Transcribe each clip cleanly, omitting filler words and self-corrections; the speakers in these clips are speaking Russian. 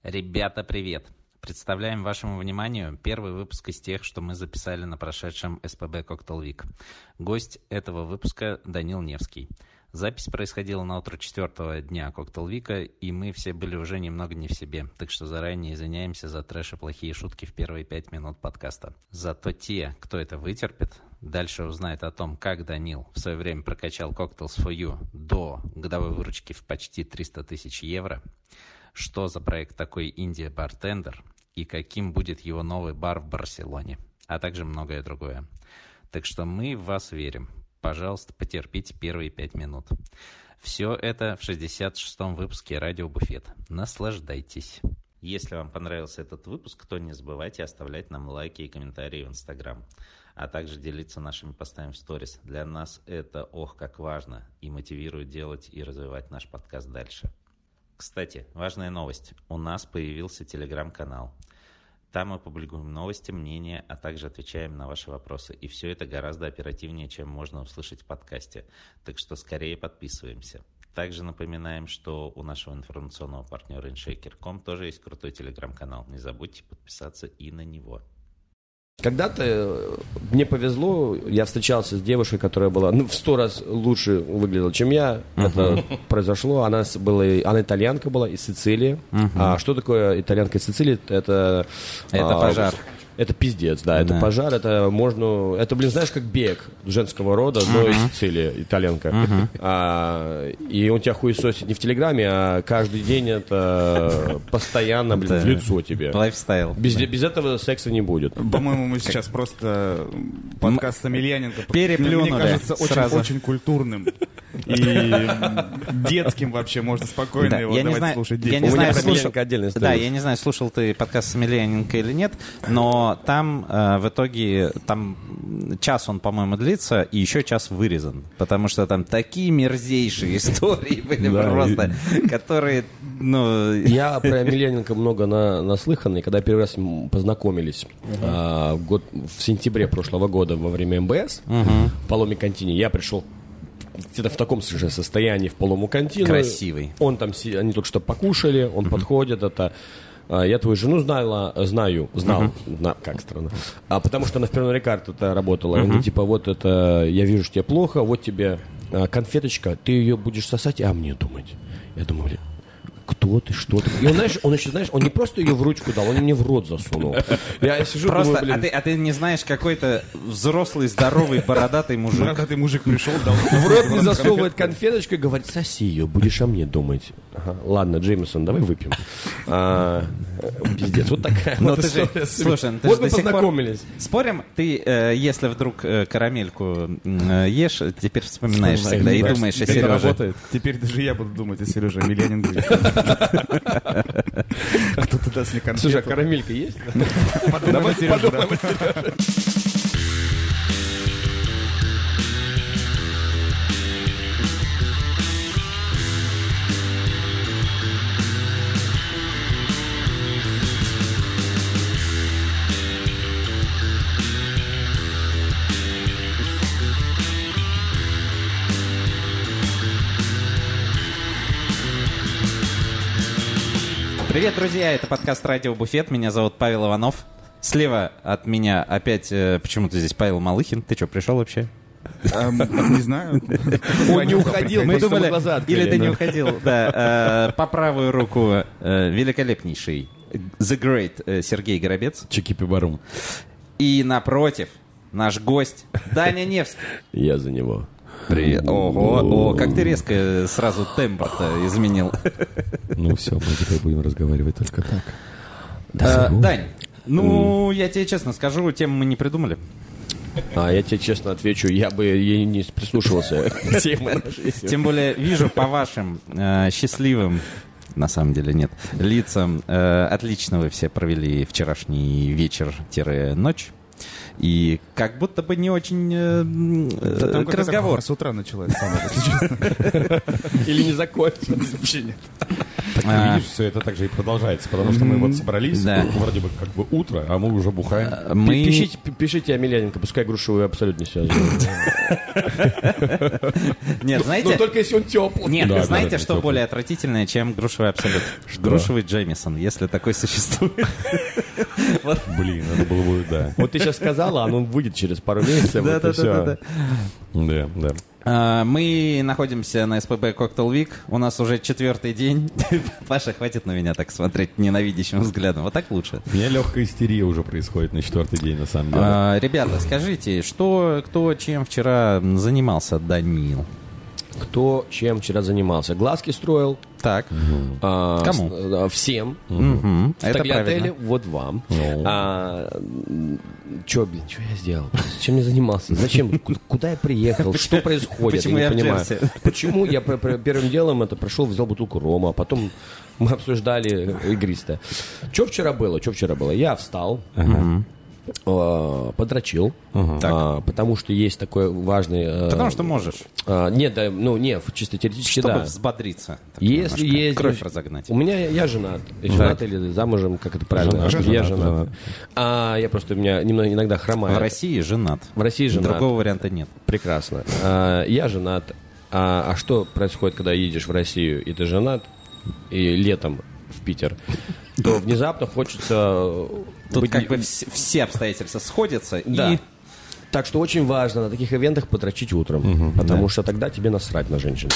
Ребята, привет! Представляем вашему вниманию первый выпуск из тех, что мы записали на прошедшем СПБ Cocktail Week. Гость этого выпуска Данил Невский. Запись происходила на утро 4-го дня Cocktail Week, и мы все были уже немного не в себе, так что заранее извиняемся за трэш и плохие шутки в первые 5 минут подкаста. Зато те, кто это вытерпит, дальше узнает о том, как Данил в свое время прокачал Cocktails for You до годовой выручки в почти 300 тысяч евро, что за проект такой Индия Бартендер и каким будет его новый бар в Барселоне, а также многое другое. Так что мы в вас верим. Пожалуйста, потерпите первые 5 минут. Все это в 66-м выпуске «Радио Буфет». Наслаждайтесь. Если вам понравился этот выпуск, то не забывайте оставлять нам лайки и комментарии в Инстаграм, а также делиться нашими постами в сторис. Для нас это ох как важно и мотивирует делать и развивать наш подкаст дальше. Кстати, важная новость. У нас появился телеграм-канал. Там мы публикуем новости, мнения, а также отвечаем на ваши вопросы. И все это гораздо оперативнее, чем можно услышать в подкасте. Так что скорее подписываемся. Также напоминаем, что у нашего информационного партнера InShaker.com тоже есть крутой телеграм-канал. Не забудьте подписаться и на него. Когда-то мне повезло, я встречался с девушкой, которая была в 100 раз лучше выглядела, чем я. Это произошло. Она итальянка была из Сицилии. А что такое итальянка из Сицилии? Это пожар. Это пиздец, да, это пожар, это можно... Это, знаешь, как бег женского рода, но из Сицилии, итальянка. И он тебя хуесосит не в Телеграме, а каждый день это постоянно, в лицо тебе. Лайфстайл. Без этого секса не будет. По-моему, мы сейчас просто подкаст Емельяненко, переплюнули. Мне кажется, очень культурным. И детским вообще, можно спокойно его давать слушать детям. Я не знаю, я не знаю, слушал ты подкаст с Емельяненко или нет, но там в итоге там час он, по-моему, длится, и еще час вырезан, потому что там такие мерзейшие истории были просто, которые, Я про Емельяненко много наслыхан, и когда первый раз познакомились в сентябре прошлого года во время МБС в Паломе Контине, я пришел где-то в таком же состоянии в Палому Контине. Красивый. Он там, они только что покушали, он подходит, я твою жену знал, как странно. Потому что она в Перно Рикард работала. Он типа, вот это, я вижу, что тебе плохо, вот тебе конфеточка, ты ее будешь сосать, а мне думать. Я думаю, блин, кто ты, что ты? И он еще, он не просто ее в ручку дал, он мне в рот засунул. Я сижу, просто, думаю, а ты не знаешь, какой-то взрослый, здоровый, бородатый мужик. Бородатый мужик пришел, дал. В рот мне засовывает конфеточку и говорит, соси ее, будешь о мне думать. Ладно, Джеймисон, давай выпьем. Пиздец, вот такая вот история. Слушай, вот мы познакомились. Спорим, ты, если вдруг карамельку ешь, теперь вспоминаешь всегда и думаешь о Сереже. Теперь даже я буду думать о Сереже Емельяненко. Кто-то даст мне конфету. Слушай, а карамелька есть? Подумай, Сережа. Привет, друзья, это подкаст «Радио Буфет», меня зовут Павел Иванов. Слева от меня опять почему-то здесь Павел Малыхин. Ты что, пришел вообще? Не знаю. Он не уходил, мы думали, глаза открыли. или ты не уходил. Да. По правую руку великолепнейший The Great Сергей Горобец. Чики-пибарум. И напротив наш гость Даня Невский. Я за него. Привет. Ого, как ты резко сразу тембр-то изменил. Ну все, мы теперь будем разговаривать только так. Дань, я тебе честно скажу, тему мы не придумали. Я тебе честно отвечу, я бы ей не прислушивался к теме. Тем более вижу по вашим счастливым, на самом деле нет, лицам, отлично вы все провели вчерашний вечер-ночь. И как будто бы не очень к разговору. С утра началась самая, если честно. Или не закончилась. Вообще нет. Так ты видишь, все это так же и продолжается, потому что мы вот собрались, вроде бы как бы утро, а мы уже бухаем. Пишите Емельяненко, пускай Грушевую абсолютно не связывают. Нет, знаете... Но только если он теплый. Нет, знаете, что более отвратительное, чем грушевый абсолют? Грушевый Джеймисон, если такой существует. Блин, это было бы, да. Вот ты сейчас сказала, а он выйдет через пару месяцев. Да. Мы находимся на СПБ Cocktail Week. У нас уже 4-й день. Паша, хватит на меня так смотреть ненавидящим взглядом. Вот так лучше. У меня легкая истерия уже происходит на 4-й день, на самом деле. Ребята, скажите, кто чем вчера занимался, Данил? Кто чем вчера занимался? Глазки строил. Так. Кому? Всем. В таглиотеле, вот вам. Что я сделал? Чем я занимался? Зачем? Куда я приехал? Что происходит? Почему я не понимаю. Почему я первым делом прошел, взял бутылку рома, а потом мы обсуждали игристое. Что вчера было? Я встал. Подрочил, потому что есть такой важный... Потому что можешь. Нет, чисто теоретически, чтобы взбодриться. Если есть... Кровь разогнать. У меня, я женат. Женат или замужем, как это правильно? Я женат. Я просто, у меня иногда хромает. В России женат. Другого варианта нет. Прекрасно. Я женат. А что происходит, когда едешь в Россию, и ты женат, и летом в Питер, то внезапно хочется... Тут как бы все обстоятельства сходятся. Да. И... Так что очень важно на таких ивентах подрочить утром, потому что тогда тебе насрать на женщин.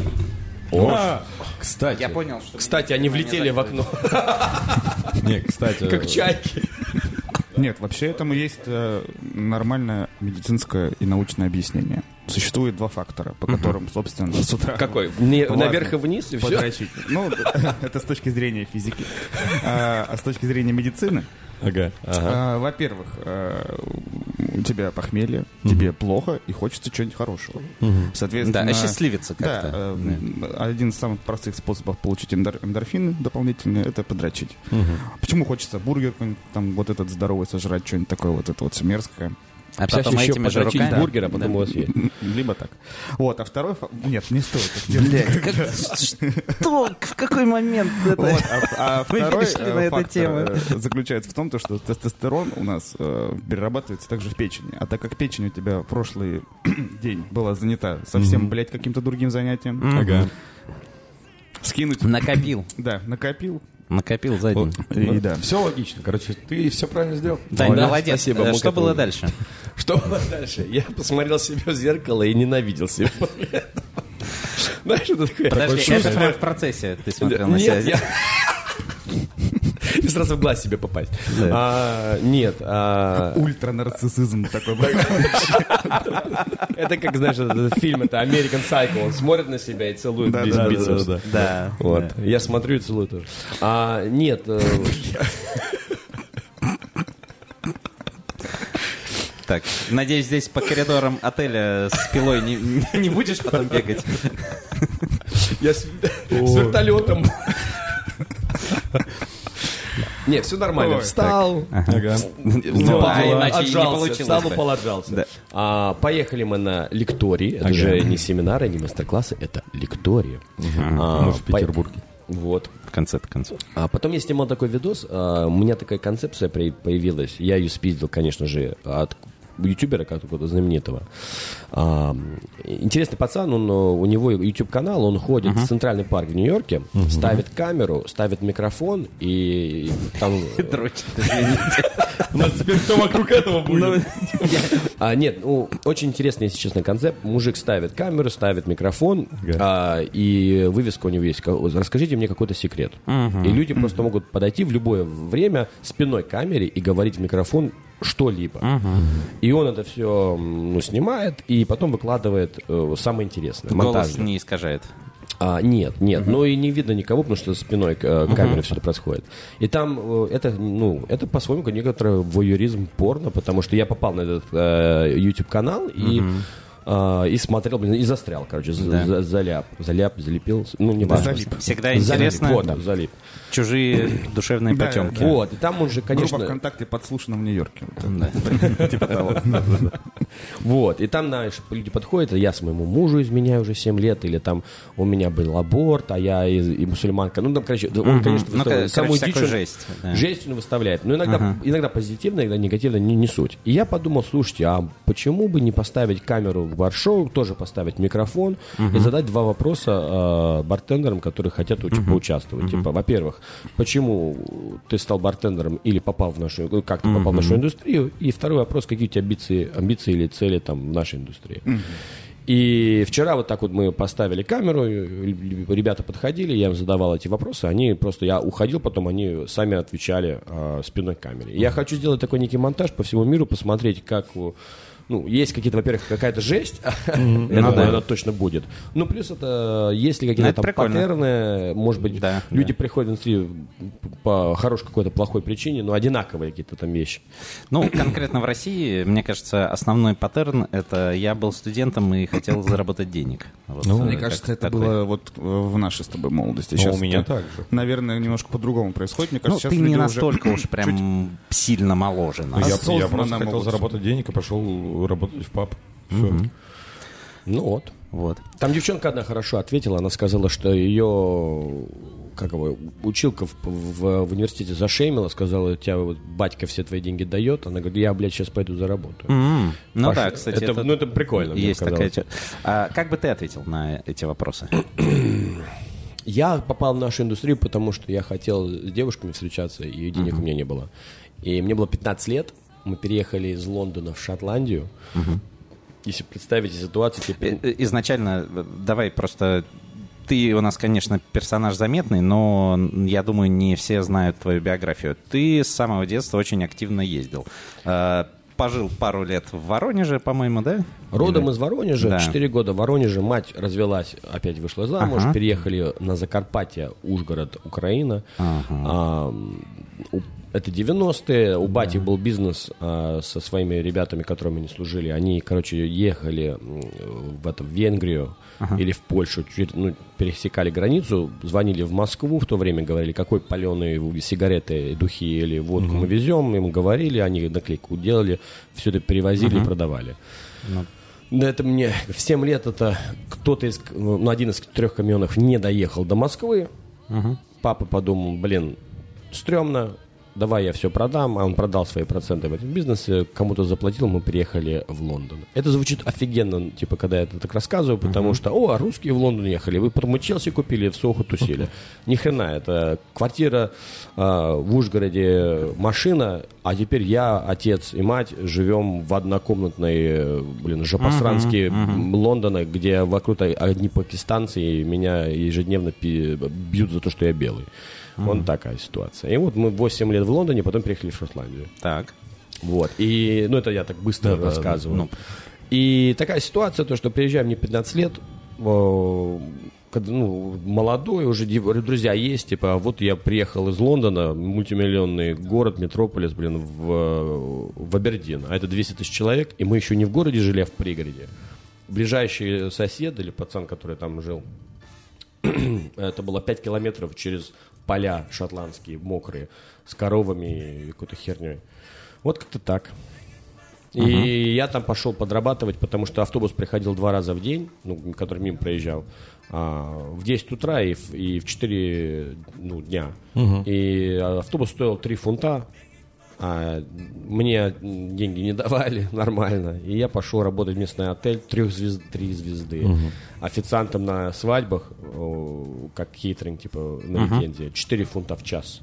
Кстати. Я понял, что... Кстати, они влетели в окно. Не, кстати. Как чайки. Нет, вообще этому есть нормальное медицинское и научное объяснение. Существует два фактора, по которым, собственно, с утра... Какой? Наверх и вниз, и все? Подрочить. Ну, это с точки зрения физики. А с точки зрения медицины... Во-первых, у тебя похмелье, тебе плохо и хочется чего-нибудь хорошего. Соответственно, да, осчастливиться как-то. Да, один из самых простых способов получить эндорфины дополнительные — это подрочить. Почему хочется бургер там вот этот здоровый сожрать, что-нибудь такое вот это вот все мерзкое. А потом еще этими же подрочить руками бургер, а потом его съесть. Либо так. Вот, а второй... Нет, не стоит так делать. Что? В какой момент это? А второй на эту тему заключается в том, что тестостерон у нас перерабатывается также в печени. А так как печень у тебя прошлый день была занята совсем, блядь, каким-то другим занятием, скинуть... Накопил. Да, накопил. Накопил за день. И да. Все логично. Короче, ты все правильно сделал. Да, молодец. Спасибо. Что было дальше? Что было дальше? Я посмотрел себя в зеркало и ненавидел себя. Знаешь, что такое? Подожди, это в процессе ты смотрел на себя? Нет, и сразу в глаз себе попасть. Нет. Ультранарциссизм такой. Это как, знаешь, этот фильм, это American Psycho. Он смотрит на себя и целует весь бицепс. Да. Вот. Я смотрю и целую тоже. Нет. Так, надеюсь, здесь по коридорам отеля с пилой не будешь потом бегать? Я с вертолетом. Не, все нормально. Встал. Иначе не получилось. Встал, упал, отжался. Поехали мы на лекторий. Это же не семинары, не мастер-классы, это лектории. Может, в Петербурге. Вот. В конце-то концов. А потом я снимал такой видос. У меня такая концепция появилась. Я ее спиздил, конечно же, от ютубера какого-то знаменитого. Интересный пацан, у него YouTube-канал, он ходит в Центральный парк в Нью-Йорке, ставит камеру, ставит микрофон и там... Дрочит, извините. У нас теперь все вокруг этого будет. Нет, очень интересный, если честно, концепт. Мужик ставит камеру, ставит микрофон, и вывеска у него есть. Расскажите мне какой-то секрет. И люди просто могут подойти в любое время спиной к камере и говорить в микрофон что-либо. И он это все снимает и потом выкладывает самое интересное. Голос не искажает. Нет, но и не видно никого, потому что спиной к камере все это происходит. И там это по-своему некоторый воюризм порно, потому что я попал на этот YouTube-канал, и и смотрел, и застрял, короче, залепил, ну, не важно. Всегда интересно. Вот, залип. Чужие душевные потемки. Вот, и там он же, конечно... Группа ВКонтакте подслушана в Нью-Йорке. Типа того. Вот, и там, знаешь, люди подходят, я своему мужу изменяю уже 7 лет, или там у меня был аборт, а я и мусульманка. Ну, там, короче, он, конечно, выставляет самую дичь. Жесть он выставляет. Но иногда позитивно, иногда негативно, не суть. И я подумал, слушайте, а почему бы не поставить камеру в бар-шоу, тоже поставить микрофон и задать 2 вопроса бартендерам, которые хотят поучаствовать. Типа, во-первых, почему ты стал бартендером или попал в нашу, как ты попал в нашу индустрию? И второй вопрос, какие у тебя амбиции или цели там в нашей индустрии? И вчера вот так вот мы поставили камеру, ребята подходили, я им задавал эти вопросы, я уходил, потом они сами отвечали спиной к камере. Я хочу сделать такой некий монтаж по всему миру, посмотреть, как... Ну, есть какие-то, во-первых, какая-то жесть, я думаю, она точно будет. Ну, плюс это, если какие-то там паттерны, может быть, люди приходят в индустрию по хорошей какой-то плохой причине, но одинаковые какие-то там вещи. Ну, конкретно в России, мне кажется, основной паттерн — это я был студентом и хотел заработать денег. Вот, мне кажется, это было вот в нашей с тобой молодости. Сейчас у меня так же. Наверное, немножко по-другому происходит. Мне кажется, ты не настолько уж прям сильно моложе нас. Я просто хотел заработать денег и пошел работать в паб. Ну вот. Там девчонка одна хорошо ответила. Она сказала, что ее училка в университете зашеймила, сказала, тебя вот батька все твои деньги дает. Она говорит, я, блядь, сейчас пойду заработаю. Ну да, кстати. Это прикольно. Есть такая... Как бы ты ответил на эти вопросы? Я попал в нашу индустрию, потому что я хотел с девушками встречаться, и денег у меня не было. И мне было 15 лет. Мы переехали из Лондона в Шотландию. Если представите ситуацию... Изначально, давай просто... Ты у нас, конечно, персонаж заметный, но, я думаю, не все знают твою биографию. Ты с самого детства очень активно ездил. Пожил пару лет в Воронеже, по-моему, да? Родом из Воронежа, 4 года в Воронеже. Мать развелась, опять вышла замуж. Переехали на Закарпатье, Ужгород, Украина. Это 90-е, у бати был бизнес со своими ребятами, которыми они служили. Они, короче, ехали в Венгрию или в Польшу, пересекали границу, звонили в Москву в то время, говорили, какой паленые сигареты, духи или водку мы везем. Им говорили, они наклейку делали, все это перевозили и продавали. Да, это мне в 7 лет это кто-то один из 3 камионов не доехал до Москвы. Папа подумал, стрёмно. Давай я все продам, а он продал свои проценты в этом бизнесе, кому-то заплатил, мы приехали в Лондон. Это звучит офигенно, типа, когда я это так рассказываю, потому что, русские в Лондон ехали, вы потом мы Челси купили, в Сохо тусили. Ни хрена, это квартира в Ужгороде, машина, а теперь я, отец и мать живем в однокомнатной, жопосранске Лондона, где вокруг одни пакистанцы, и меня ежедневно бьют за то, что я белый. Вот такая ситуация. И вот мы 8 лет в Лондоне, потом приехали в Шотландию. Так. Вот. И, это я так быстро рассказываю. И такая ситуация, то, что приезжаем мне 15 лет, когда, молодой, уже друзья есть, типа, вот я приехал из Лондона, мультимиллионный город, метрополис, в Абердин, а это 200 тысяч человек, и мы еще не в городе жили, а в пригороде. Ближайший сосед или пацан, который там жил, это было 5 километров через поля шотландские, мокрые, с коровами и какой-то херней. Вот как-то так. И я там пошел подрабатывать, потому что автобус приходил 2 раза в день, который мимо проезжал, в 10 утра и в 4 дня. И автобус стоил 3 фунта, а мне деньги не давали нормально. И я пошел работать в местный отель 3 звезды. Официантом на свадьбах, как кейтеринг, типа на Легенде, 4 фунта в час.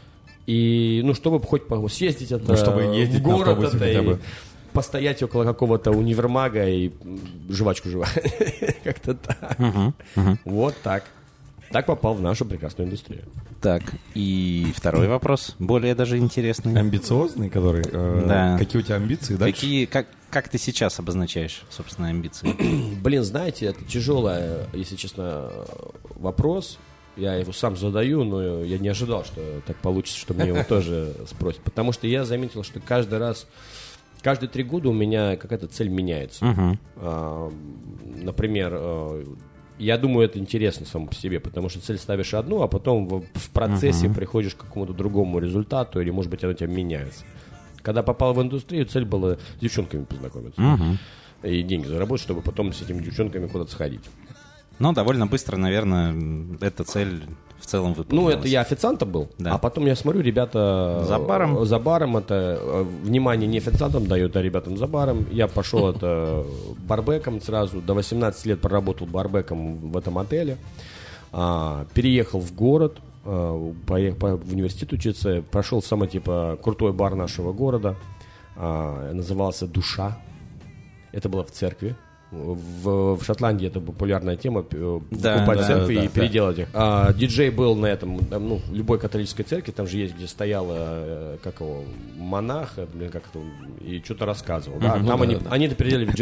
И, чтобы хоть съездить чтобы ездить в город, и постоять около какого-то универмага и жвачку жевать. Как-то так. Вот так. Так попал в нашу прекрасную индустрию. Так, и второй вопрос, более даже интересный. Амбициозный, который... Какие у тебя амбиции дальше? Как ты сейчас обозначаешь, собственно, амбиции? Знаете, это тяжелый, если честно, вопрос. Я его сам задаю, но я не ожидал, что так получится, что мне его тоже спросят. Потому что я заметил, что каждый раз, каждые 3 года у меня какая-то цель меняется. Например, я думаю, это интересно само по себе, потому что цель ставишь одну, а потом в процессе приходишь к какому-то другому результату, или, может быть, она у тебя меняется. Когда попал в индустрию, цель была с девчонками познакомиться. И деньги заработать, чтобы потом с этими девчонками куда-то сходить. Ну, довольно быстро, наверное, эта цель в целом выполнилась. Ну, это я официантом был, да. А потом я смотрю, ребята за баром это внимание не официантам дают, а ребятам за баром. Я пошел это барбеком сразу, до 18 лет проработал барбеком в этом отеле. Переехал в город, поехал в университет учиться, прошел в самый типа крутой бар нашего города, назывался «Душа». Это было в церкви. В Шотландии это популярная тема, покупать церкви и переделать их. Диджей был на этом, ну, любой католической церкви, там же есть, где стоял, монах, и что-то рассказывал. Там они это переделали...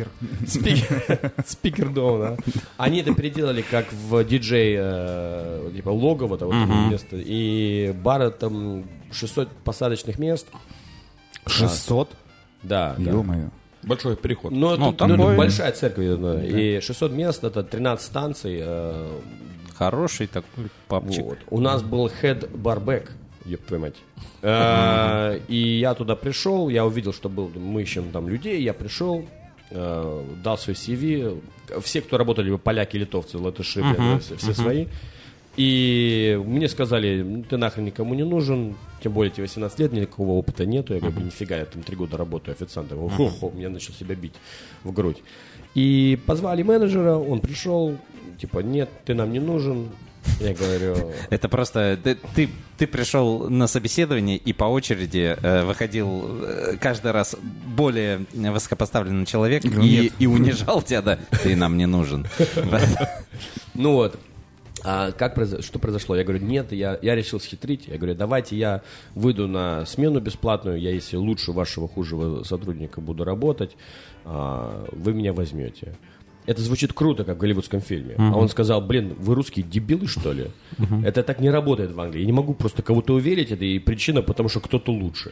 Спикер дома, да. Они это переделали как в диджей, типа логово, место. И бар там 600 посадочных мест. 600? Да. Ё-моё. Большой переход. Ну, такой... большая церковь, да. И 600 мест, это 13 станций. Хороший такой пабчик. Вот. У нас был head барбек, ёб твою мать. И я туда пришел, я увидел, что мы ищем там людей, я пришел, дал свой CV. Все, кто работали, поляки, литовцы, латыши, все свои. И мне сказали, ты нахрен никому не нужен, тем более тебе 18 лет, никакого опыта нету. Я говорю, нифига, я там 3 года работаю официантом. Меня начал себя бить в грудь. И позвали менеджера, он пришел, типа, нет, ты нам не нужен. Я говорю... Это просто... Ты пришел на собеседование и по очереди выходил каждый раз более высокопоставленный человек и унижал тебя, да, ты нам не нужен. Ну вот. Что произошло? Я говорю, нет, я решил схитрить. Я говорю, давайте я выйду на смену бесплатную. Я, если лучше вашего хужего сотрудника буду работать, вы меня возьмете. Это звучит круто, как в голливудском фильме. А он сказал, блин, вы русские дебилы, что ли? Это так не работает в Англии. Я не могу просто кого-то уверить, это и причина, потому что кто-то лучше.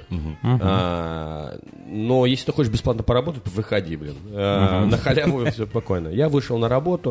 Но если ты хочешь бесплатно поработать, выходи, блин. На халяву все спокойно. Я вышел на работу.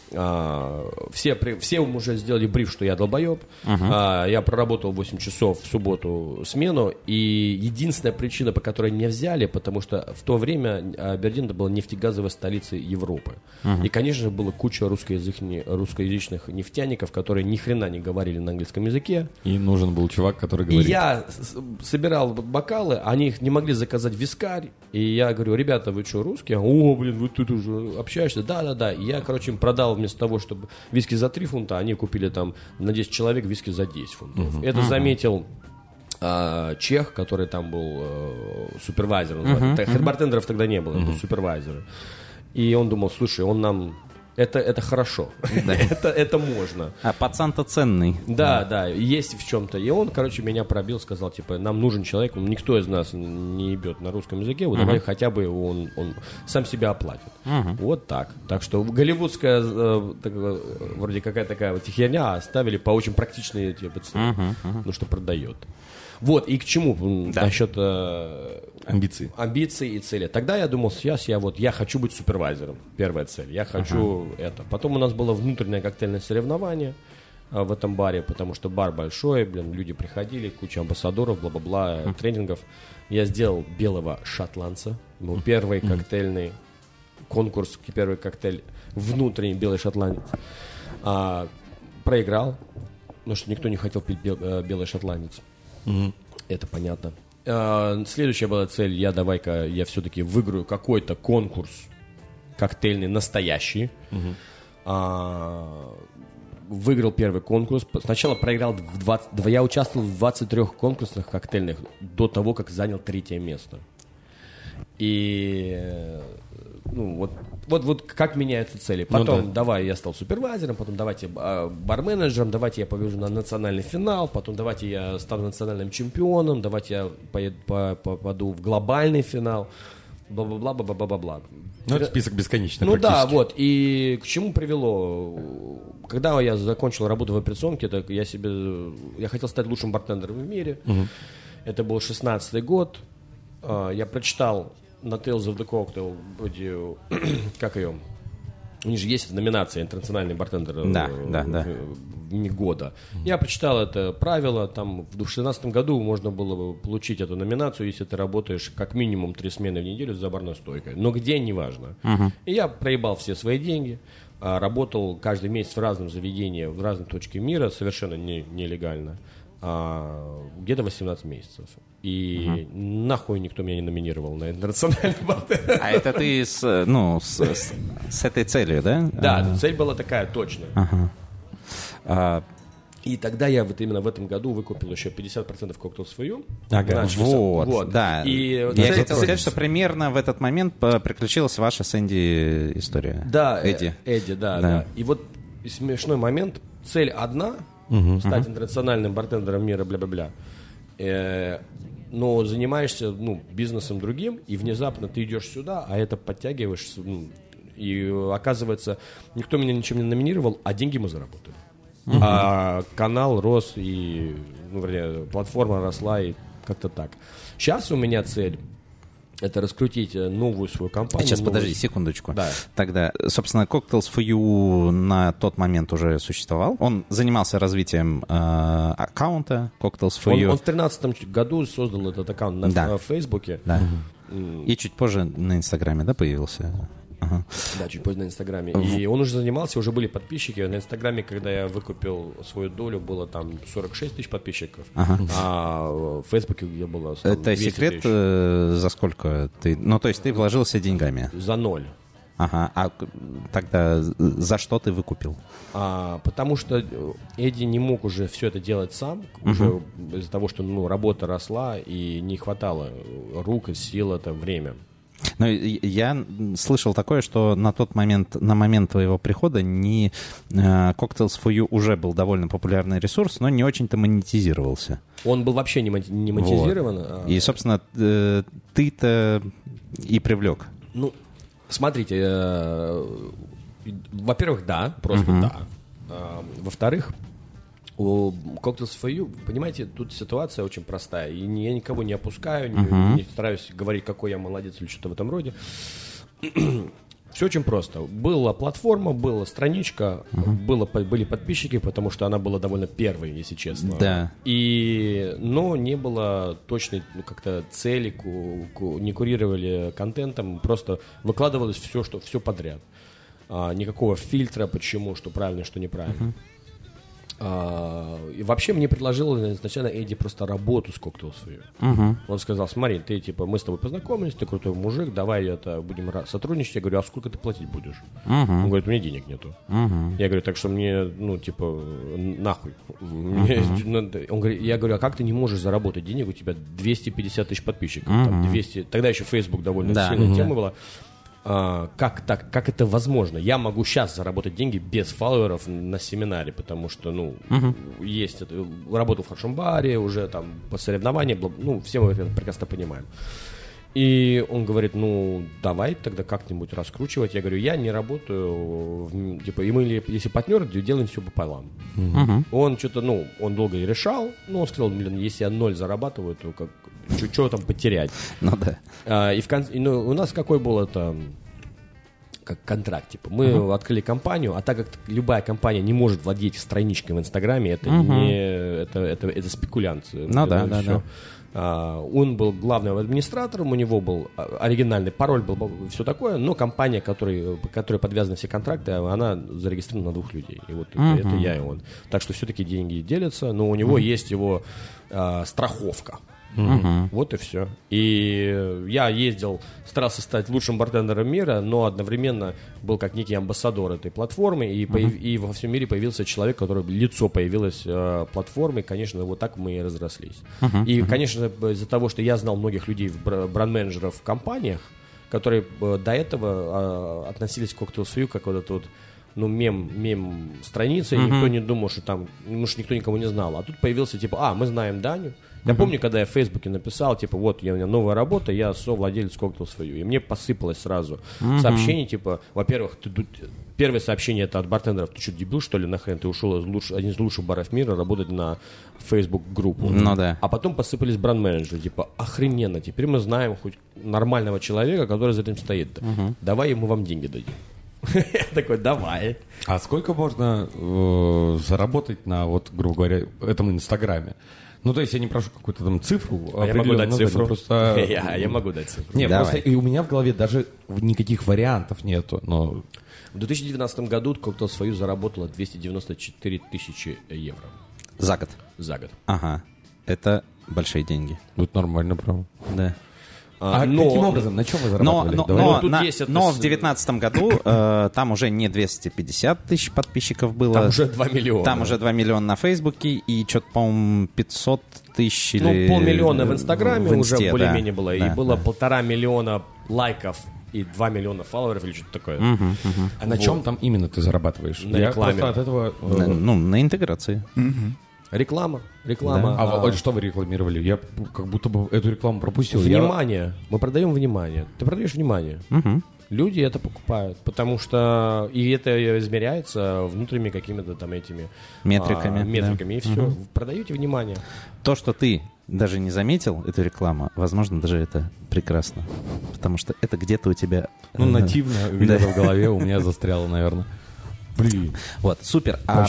Все уже сделали бриф, что я долбоеб. Я проработал 8 часов в субботу смену. И единственная причина, по которой меня взяли, потому что в то время Абердин это была нефтегазовой столицей Европы. И, конечно же, была куча русскоязычных нефтяников, которые ни хрена не говорили на английском языке. И нужен был чувак, который говорит. И я собирал бокалы, они их не могли заказать вискарь. И я говорю, ребята, вы что, русские? О, блин, вы тут уже общаешься? Да. И я, короче, им продал вместо того, чтобы виски за 3 фунта, они купили там на 10 человек виски за 10 фунтов. Это заметил чех, который там был супервайзером. Хед-бартендеров тогда не было, это был супервайзеры. И он думал, слушай, он нам... Это хорошо, это можно. А пацан-то ценный. Да, есть в чем-то. И он, короче, меня пробил, сказал, типа, нам нужен человек, никто из нас не ебет на русском языке, вот давай хотя бы он сам себя оплатит. Вот так. Так что голливудская, вроде какая-то такая вот херня, оставили по очень практичной типа цене, ну что продает. Вот, и к чему насчет амбиций и цели. Тогда я думал, я хочу быть супервайзером. Первая цель. Я хочу это. Потом у нас было внутреннее коктейльное соревнование в этом баре, потому что бар большой, люди приходили, куча амбассадоров, бла-бла-бла, тренингов. Я сделал белого шотландца. Был первый коктейльный конкурс, первый коктейль внутренний белый шотландец. Проиграл, потому что никто не хотел пить белый шотландец. Это понятно. Следующая была цель, давай-ка я все-таки выиграю какой-то конкурс коктейльный настоящий. Выиграл первый конкурс. Сначала проиграл я участвовал в 23 конкурсах коктейльных до того, как занял 3-е место. И вот как меняются цели. Потом давай я стал супервайзером, потом давайте барменеджером, давайте я побежу на национальный финал, потом давайте я стану национальным чемпионом, давайте я попаду в глобальный финал, бла-бла-бла. Ну, это список бесконечный практически. Да, вот. И к чему привело? Когда я закончил работу в операционке, я хотел стать лучшим бартендером в мире. Это был 16-й год. я прочитал на Tales of the Cocktail, как ее... У них же есть номинация «Интернациональный бартендер года». Я прочитал это правило. Там в 2016 году можно было получить эту номинацию, если ты работаешь как минимум 3 смены в неделю за барной стойкой. Но где, неважно. И я проебал все свои деньги. Работал каждый месяц в разном заведении, в разной точке мира, совершенно нелегально. Где-то 18 месяцев. И нахуй никто меня не номинировал на интернациональный бартендер. А это ты с этой целью, да? Да, цель была такая, точно. И тогда я вот именно в этом году выкупил еще 50% Cocktails for You. Вот, да. И я хотел сказать, что примерно в этот момент приключилась ваша с Энди история. Да, Эдди, да. И вот смешной момент. Цель одна — стать интернациональным бартендером мира, бля-бля-бля. Но занимаешься бизнесом другим, и внезапно ты идешь сюда, а это подтягиваешь, и оказывается, никто меня ничем не номинировал, а деньги мы заработали. А канал рос, и платформа росла, и как-то так. Сейчас у меня цель — это раскрутить новую свою компанию. Сейчас, подожди, секундочку. Да. Тогда, собственно, Cocktails for You на тот момент уже существовал. Он занимался развитием аккаунта Cocktails for You. Он в 2013 году создал этот аккаунт на Фейсбуке. Да. И чуть позже на Инстаграме, да, появился? Да, чуть позже на Инстаграме. И он уже занимался, уже были подписчики. На Инстаграме, когда я выкупил свою долю, было там 46 тысяч подписчиков. А в Фейсбуке где было 200 Это секрет, за сколько ты... Ну, то есть ты вложился деньгами? За 0. Ага. А тогда за что ты выкупил? Потому что Эдди не мог уже все это делать сам, уже из-за того, что работа росла и не хватало рук, сил, это время. Но я слышал такое, что на момент твоего прихода Cocktails for You уже был довольно популярный ресурс, но не очень-то монетизировался. Он был вообще не монетизирован. Вот. И, собственно, ты-то и привлек. Ну, смотрите, во-первых, да, просто да. Во-вторых, у Cocktails for You, понимаете, тут ситуация очень простая. И я никого не опускаю, не стараюсь говорить, какой я молодец или что-то в этом роде. Все очень просто. Была платформа, была страничка, были подписчики, потому что она была довольно первой, если честно. Да. Но не было точной как-то цели, не курировали контентом, просто выкладывалось все подряд. Никакого фильтра, почему, что правильно, что неправильно. И вообще мне предложил изначально Эдди просто работу с Cocktails for You. Он сказал: смотри, мы с тобой познакомились, ты крутой мужик, давай будем сотрудничать. Я говорю: а сколько ты платить будешь? Он говорит: у меня денег нету. Я говорю: так что мне, нахуй. Он говорит: я говорю: а как ты не можешь заработать денег? У тебя 250 тысяч подписчиков, там 200. Тогда еще Facebook довольно сильная тема была. Как это возможно? Я могу сейчас заработать деньги без фолловеров на семинаре, потому что, есть это. Работал в хорошем баре, уже там по соревнованиям, все мы это прекрасно понимаем. И он говорит: давай тогда как-нибудь раскручивать. Я говорю: я не работаю, и мы, если партнеры, делаем все пополам. Он что-то, он долго решал, он сказал: если я 0 зарабатываю, то что там потерять? Ну да. И в конце, у нас какой был это, как контракт, мы открыли компанию, а так как любая компания не может владеть страничкой в Инстаграме, это спекуляция. Да. Он был главным администратором, у него был оригинальный пароль, был все такое, но компания, которой подвязаны все контракты, она зарегистрирована на 2 людей. И вот это я и он. Так что все-таки деньги делятся, но у него есть его страховка. Вот и все. И я старался стать лучшим бартендером мира, но одновременно был как некий амбассадор этой платформы, и во всем мире появился человек, лицо появилось платформы, и, конечно, вот так мы и разрослись. И, конечно, из-за того, что я знал многих людей, бренд-менеджеров в компаниях, которые до этого относились к Cocktails for You как вот это вот, мем-страница, и никто не думал, что там, никто никого не знал. А тут появился мы знаем Даню, Я помню, когда я в Фейсбуке написал, типа, вот, у меня новая работа, я совладелец Cocktail свою. И мне посыпалось сразу сообщение, типа, во-первых, первое сообщение это от бартендеров, ты что, дебил, что ли, нахрен, ты ушел из один из лучших баров мира работать на Facebook-группу. Ну да. А потом посыпались бренд-менеджеры, типа, охрененно, теперь мы знаем хоть нормального человека, который за этим стоит. Давай ему вам деньги дадим. Я такой, давай. А сколько можно заработать на, вот, грубо говоря, этом Инстаграме? Ну, то есть я не прошу какую-то там цифру. Я могу дать цифру. Просто... Я могу дать цифру. Нет, просто и у меня в голове даже никаких вариантов нету. Но... В 2019 году Cocktail свою заработала 294 тысячи евро. За год? За год. Ага. Это большие деньги. Ну, это нормально, правда. Да. Каким образом? На чем вы зарабатывали? Но в 2019 году там уже не 250 тысяч подписчиков было. Там уже 2 миллиона. Там уже 2 миллиона на Фейсбуке и что-то, по-моему, 500 тысяч или... 500 000 в Инстаграме уже более-менее было. Да, и было 1,5 миллиона лайков и 2 миллиона фолловеров или что-то такое. А на чем там именно ты зарабатываешь? На рекламе. От этого... на интеграции. Реклама. Да. А что вы рекламировали? Я как будто бы эту рекламу пропустил. Внимание. Мы продаем внимание. Ты продаешь внимание. Люди это покупают, потому что и это измеряется внутренними какими-то там этими метриками, и все. Продаете внимание. То, что ты даже не заметил эту рекламу, возможно, даже это прекрасно, потому что это где-то у тебя... нативно где-то в голове у меня застряло, наверное. Блин. Вот, супер. А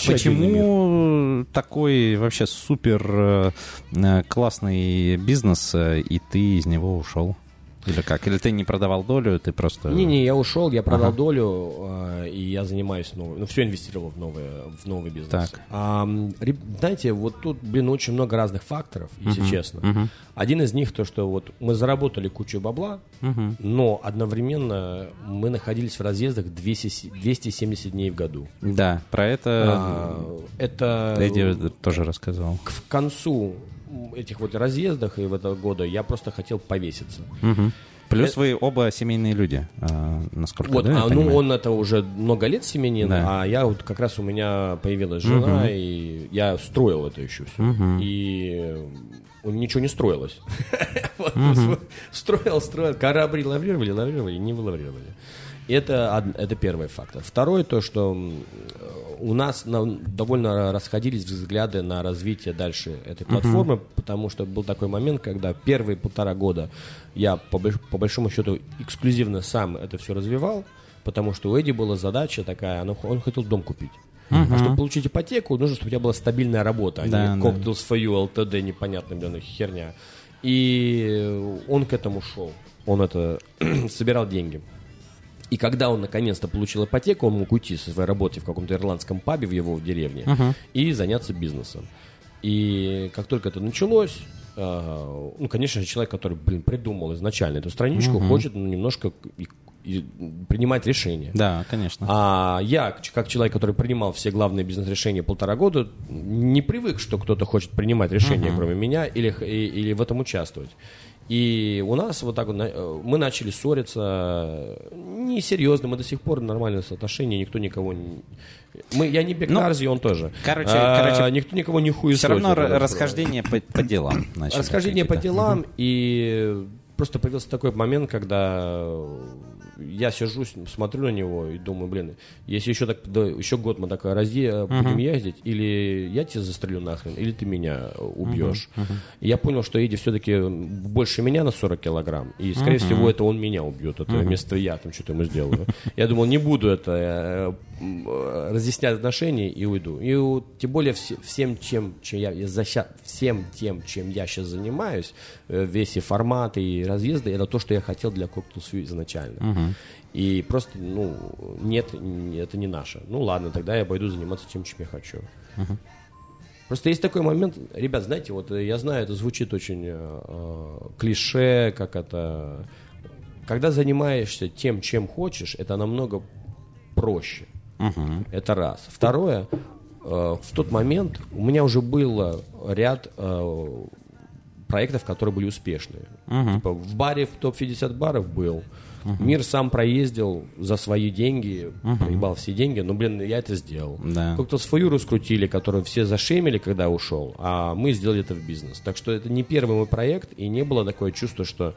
почему такой вообще супер классный бизнес, и ты из него ушел? Или как? Или ты не продавал долю, ты просто... Не, я ушел, я продал долю, и я занимаюсь новым. все инвестировал в новый бизнес. Так. Знаете, вот тут, очень много разных факторов, если честно. Один из них то, что вот мы заработали кучу бабла, но одновременно мы находились в разъездах 270 дней в году. Да, про это Эдди тоже рассказывал. К концу этих вот разъездах и в этого года я просто хотел повеситься. Плюс вы оба семейные люди, насколько вот, я понимаю. Он это уже много лет семьянин, а я вот как раз у меня появилась жена, и я строил это еще все. И ничего не строилось. Строил, корабли лаврировали, не вылаврировали. Это первый фактор. Второй, то, что у нас довольно расходились взгляды на развитие дальше этой платформы, потому что был такой момент, когда первые 1,5 года я по большому счету эксклюзивно сам это все развивал, потому что у Эдди была задача такая, он хотел дом купить. А чтобы получить ипотеку, нужно, чтобы у тебя была стабильная работа, а не Cocktail свою, ЛТД, непонятная херня. И он к этому шел. Он собирал деньги. И когда он наконец-то получил ипотеку, он мог уйти со своей работы в каком-то ирландском пабе в его деревне и заняться бизнесом. И как только это началось, конечно же, человек, который, придумал изначально эту страничку, хочет немножко принимать решения. Да, конечно. А я, как человек, который принимал все главные бизнес-решения 1,5 года, не привык, что кто-то хочет принимать решения, кроме меня, или в этом участвовать. И у нас вот так вот мы начали ссориться несерьезно, мы до сих пор нормальные отношения, никто никого не... Я не Бекнарзи, он тоже. Короче, никто никого не хуесосит. Все равно расхождение по делам. Расхождение по делам, и просто появился такой момент, когда я сижу, смотрю на него и думаю, если еще год мы так будем ездить, или я тебя застрелю нахрен, или ты меня убьешь. И я понял, что Эдди все-таки больше меня на 40 килограмм, и, скорее всего, это он меня убьет, это вместо я там что-то ему сделаю. Я думал, не буду это разъяснять отношения и уйду. И тем более всем тем, чем я сейчас занимаюсь, весь и формат, и разъезды, это то, что я хотел для Cocktail Свью изначально. И просто, нет, это не наше. Ладно, тогда я пойду заниматься тем, чем я хочу. Просто есть такой момент, ребят, знаете, вот я знаю, это звучит очень клише, как это... Когда занимаешься тем, чем хочешь, это намного проще. Это раз. Второе, в тот момент у меня уже был ряд проектов, которые были успешные. Типа в баре, в топ-50 баров был. Мир сам проездил за свои деньги, проебал все деньги, но, я это сделал. Да. Как-то свою раскрутили, которую все зашемили, когда ушел, а мы сделали это в бизнес. Так что это не первый мой проект, и не было такое чувство, что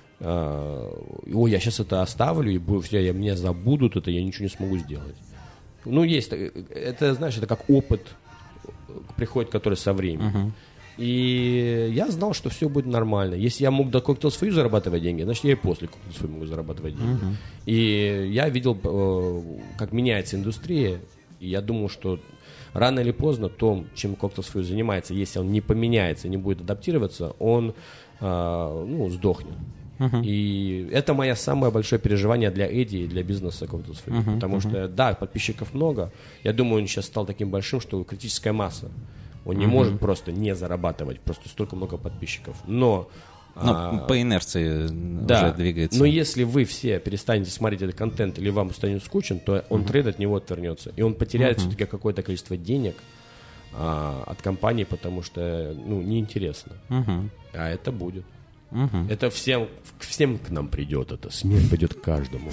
я сейчас это оставлю, и все, меня забудут, это я ничего не смогу сделать. Есть, это, знаешь, это как опыт приходит, который со временем. И я знал, что все будет нормально. Если я мог до Cocktail свою зарабатывать деньги, значит, я и после Cocktail свою могу зарабатывать деньги. И я видел, как меняется индустрия, и я думал, что рано или поздно то, чем Cocktail свою занимается, если он не поменяется, не будет адаптироваться, он сдохнет. И это мое самое большое переживание для Эдди и для бизнеса Cocktail свою. Потому что, да, подписчиков много. Я думаю, он сейчас стал таким большим, что критическая масса. Он не может просто не зарабатывать, просто столько много подписчиков. Но по инерции уже двигается. Но если вы все перестанете смотреть этот контент или вам станет скучен, то он трейд от него отвернется. И он потеряет все-таки какое-то количество денег от компании, потому что неинтересно. А это будет. Это всем к нам придет. Это смерть придет к каждому.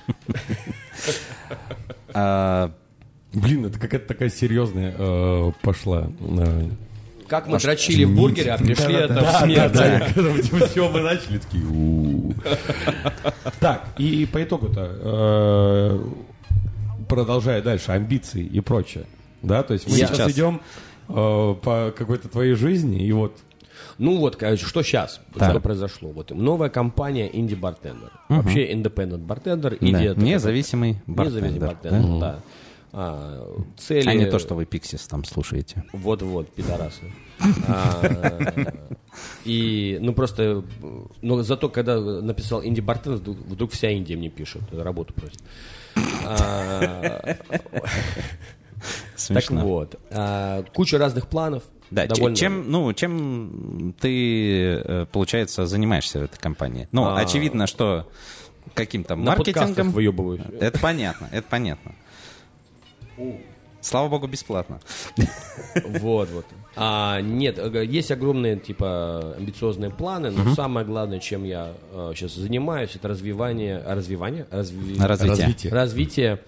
Блин, это какая-то такая серьезная пошла. Как мы дрочили в бургере, а пришли это в смерть. Все, мы начали такие. Так, и по итогу-то, продолжая дальше, амбиции и прочее. Да, то есть мы сейчас идем по какой-то твоей жизни, и вот. Что сейчас? Что произошло? Новая компания Indie Bartender. Вообще Independent Bartender. Независимый бартендер. Да. Цели... А не то, что вы Pixies там слушаете. Вот, пидорасы. Но зато, когда написал Indie Bartender, вдруг вся Индия мне пишет, работу просит. Так вот, куча разных планов. Да, чем ты, получается, занимаешься в этой компании? Очевидно, что каким-то маркетингом... На подкастах выебываюсь. Это понятно. Слава богу, бесплатно. Вот. Нет, есть огромные, амбициозные планы, но самое главное, чем я сейчас занимаюсь, это развитие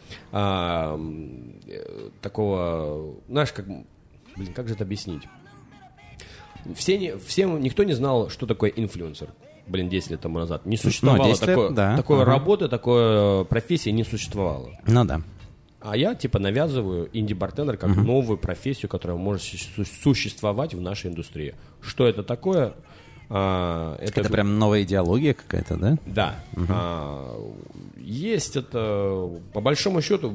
такого, знаешь, как же это объяснить? Никто не знал, что такое инфлюенсер. 10 лет тому назад. Не существовало такой работы, такой профессии не существовало. Да. А я, навязываю инди-бартендер как новую профессию, которая может существовать в нашей индустрии. Что это такое? Это прям новая идеология какая-то, да? Да. Есть это, по большому счету,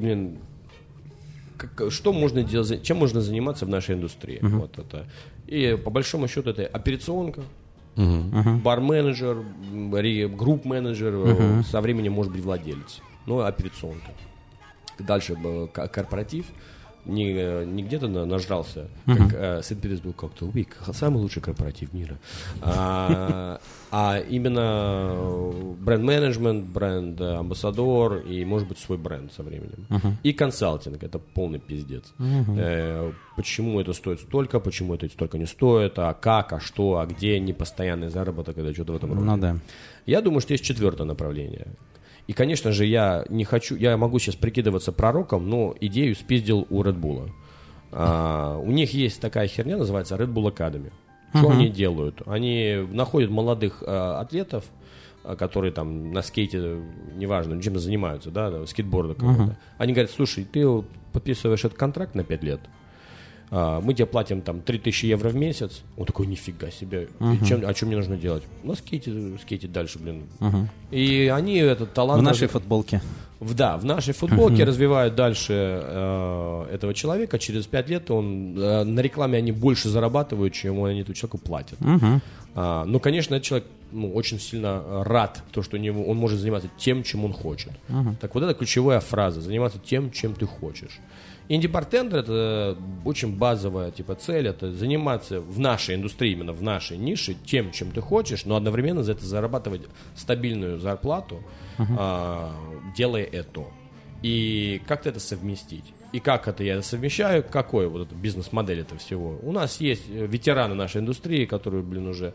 что можно делать, чем можно заниматься в нашей индустрии. Вот это. И по большому счету это операционка, бар-менеджер, групп-менеджер, со временем может быть владелец. Операционка. Дальше корпоратив, не где-то нажрался, как Санкт-Петербург Cocktail Week, самый лучший корпоратив мира, а именно бренд-менеджмент, бренд-амбассадор и, может быть, свой бренд со временем. И консалтинг, это полный пиздец. Почему это стоит столько, почему это столько не стоит, а как, а что, а где, непостоянный заработок, это что-то в этом роде. Я думаю, что есть четвертое направление. И, конечно же, я могу сейчас прикидываться пророком, но идею спиздил у Red Bull. У них есть такая херня, называется Red Bull Academy. Что они делают? Они находят молодых атлетов, которые там на скейте, неважно, чем занимаются, скейтборда какого-то. Они говорят, слушай, ты подписываешь этот контракт на 5 лет, мы тебе платим там 3000 евро в месяц. Он такой, нифига себе. А что мне нужно делать? На скейте дальше, И они этот талант... В нашей футболке. В нашей футболке развивают дальше этого человека. Через 5 лет на рекламе они больше зарабатывают, чем они этому человеку платят. Но, конечно, этот человек очень сильно рад, то, что он может заниматься тем, чем он хочет. Так вот это ключевая фраза. Заниматься тем, чем ты хочешь. Инди-бартендер — это очень базовая цель, это заниматься в нашей индустрии, именно в нашей нише, тем, чем ты хочешь, но одновременно за это зарабатывать стабильную зарплату, делая это. И как-то это совместить. И как это я совмещаю, какой вот эта бизнес-модель этого всего. У нас есть ветераны нашей индустрии, которые, уже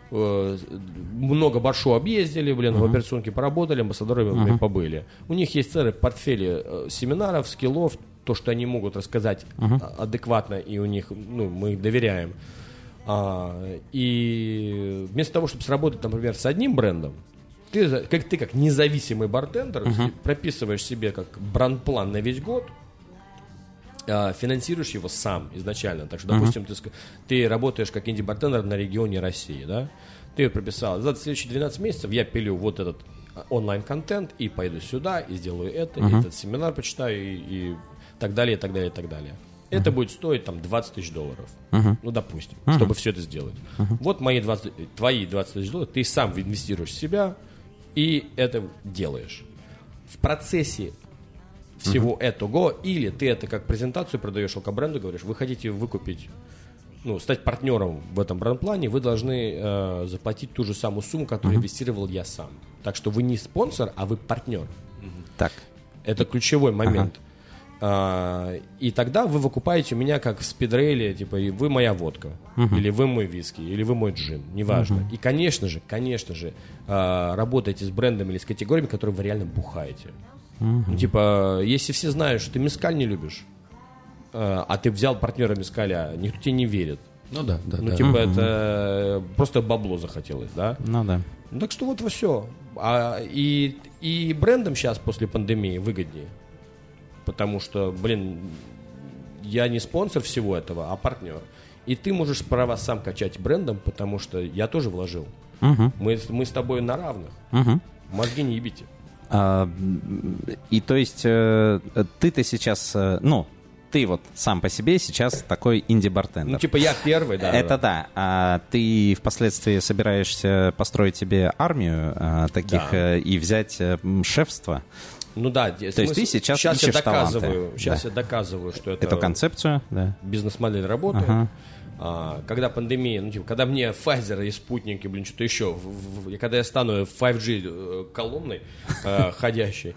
много большого объездили, блин, в операционке поработали, амбассадорами побыли. У них есть целые портфели семинаров, скиллов, то, что они могут рассказать адекватно, и у них, ну, мы их доверяем. И вместо того, чтобы сработать, например, с одним брендом, ты как независимый бартендер прописываешь себе как бранд-план на весь год, финансируешь его сам изначально. Так что, допустим, ты работаешь как инди-бартендер на регионе России, да? Ты прописал, за следующие 12 месяцев я пилю вот этот онлайн-контент и пойду сюда, и сделаю это, и этот семинар почитаю, и так далее, и так далее, и так далее. Это будет стоить там $20 тысяч. Ну, допустим, чтобы все это сделать. Вот твои $20 тысяч, ты сам инвестируешь в себя и это делаешь. В процессе всего этого, или ты это как презентацию продаешь алкобренду, говоришь, вы хотите выкупить, ну, стать партнером в этом бренд-плане, вы должны заплатить ту же самую сумму, которую инвестировал я сам. Так что вы не спонсор, а вы партнер. Так. Это ключевой момент. И тогда вы выкупаете у меня как в спидрейле, типа, вы моя водка, или вы мой виски, или вы мой джин, неважно. И, конечно же, работаете с брендами или с категориями, которые вы реально бухаете. Ну, типа, если все знают, что ты мескаль не любишь, а ты взял партнера мескаля, никто тебе не верит. Ну да. Типа, это просто бабло захотелось, да? Ну да. Ну, так что вот все. И брендам сейчас после пандемии выгоднее. Потому что, блин, я не спонсор всего этого, а партнер. И ты можешь права сам качать брендом, потому что я тоже вложил. Мы с тобой на равных. Мозги не ебите. И то есть ты-то сейчас, ну, ты вот сам по себе сейчас такой инди-бартендер. Ну, типа я первый, да. Это да. А ты впоследствии собираешься построить себе армию таких и взять шефство? Ну да. То есть ты сейчас ищешь таланты. Сейчас я доказываю, что это... Эту концепцию, да. Бизнес-модель работает. Когда пандемия, ну, типа, когда мне Pfizer и спутники, блин, что-то еще, когда я стану 5G колонной ходящей,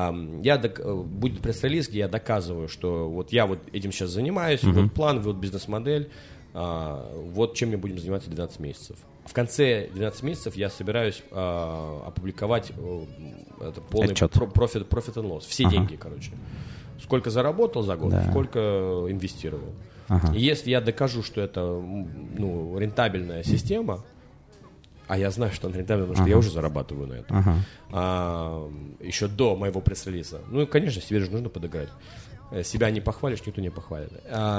будет пресс-релиз, где я доказываю, что вот я вот этим сейчас занимаюсь, вот план, вот бизнес-модель, вот чем мы будем заниматься 12 месяцев. В конце 12 месяцев я собираюсь опубликовать полный profit and loss, все деньги, короче. Сколько заработал за год, сколько инвестировал. И если я докажу, что это, ну, рентабельная система, а я знаю, что она рентабельная, потому что я уже зарабатываю на этом, еще до моего пресс-релиза, ну, конечно, себе же нужно подыграть. Себя не похвалишь, никто не похвалит.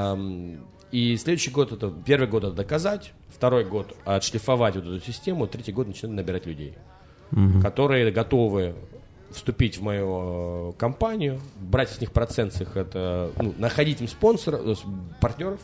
И следующий год, это первый год это доказать, второй год отшлифовать вот эту систему, третий год начинать набирать людей, которые готовы вступить в мою компанию, брать с них процент с их, это, ну, находить им партнеров,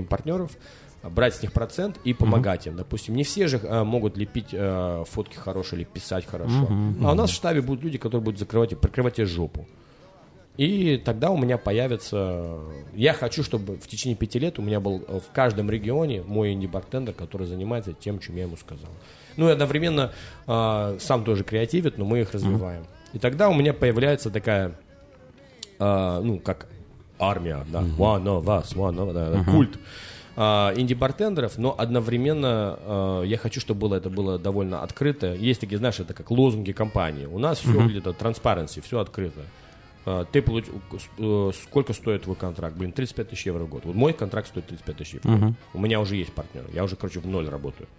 брать с них процент и помогать им. Допустим, не все же могут лепить фотки хорошие или писать хорошо. А у нас в штабе будут люди, которые будут закрывать и прикрывать тебе жопу. И тогда у меня появится... Я хочу, чтобы в течение 5 лет у меня был в каждом регионе мой инди-бартендер, который занимается тем, чем я ему сказал. Ну и одновременно сам тоже креативит, но мы их развиваем. И тогда у меня появляется такая, ну, как армия, да, one of us, культ инди-бартендеров, но одновременно я хочу, чтобы это было довольно открыто. Есть такие, знаешь, это как лозунги компании. У нас все где-то transparency, все открыто. Ты сколько стоит твой контракт? Блин, 35 тысяч евро в год. Вот мой контракт стоит 35 тысяч евро в год. У меня уже есть партнер. Я уже, короче, в ноль работаю.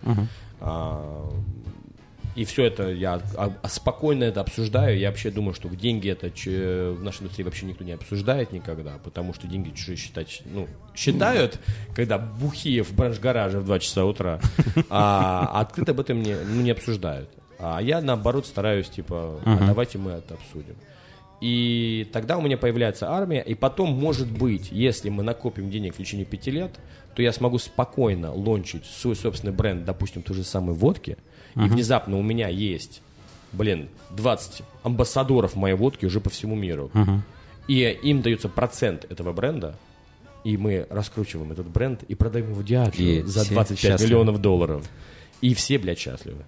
И все это я спокойно это обсуждаю. Я вообще думаю, что деньги это в нашей индустрии вообще никто не обсуждает никогда, потому что деньги чужие считают, когда бухие в бранш-гараже в 2 часа утра, а открыто об этом не обсуждают. А я, наоборот, стараюсь, типа, давайте мы это обсудим. И тогда у меня появляется армия, и потом, может быть, если мы накопим денег в течение 5 лет, то я смогу спокойно лончить свой собственный бренд, допустим, той же самой водки, и внезапно у меня есть, 20 амбассадоров моей водки уже по всему миру. И им дается процент этого бренда, и мы раскручиваем этот бренд и продаем его Диаджо за 25 миллионов долларов. И все, блядь, счастливы.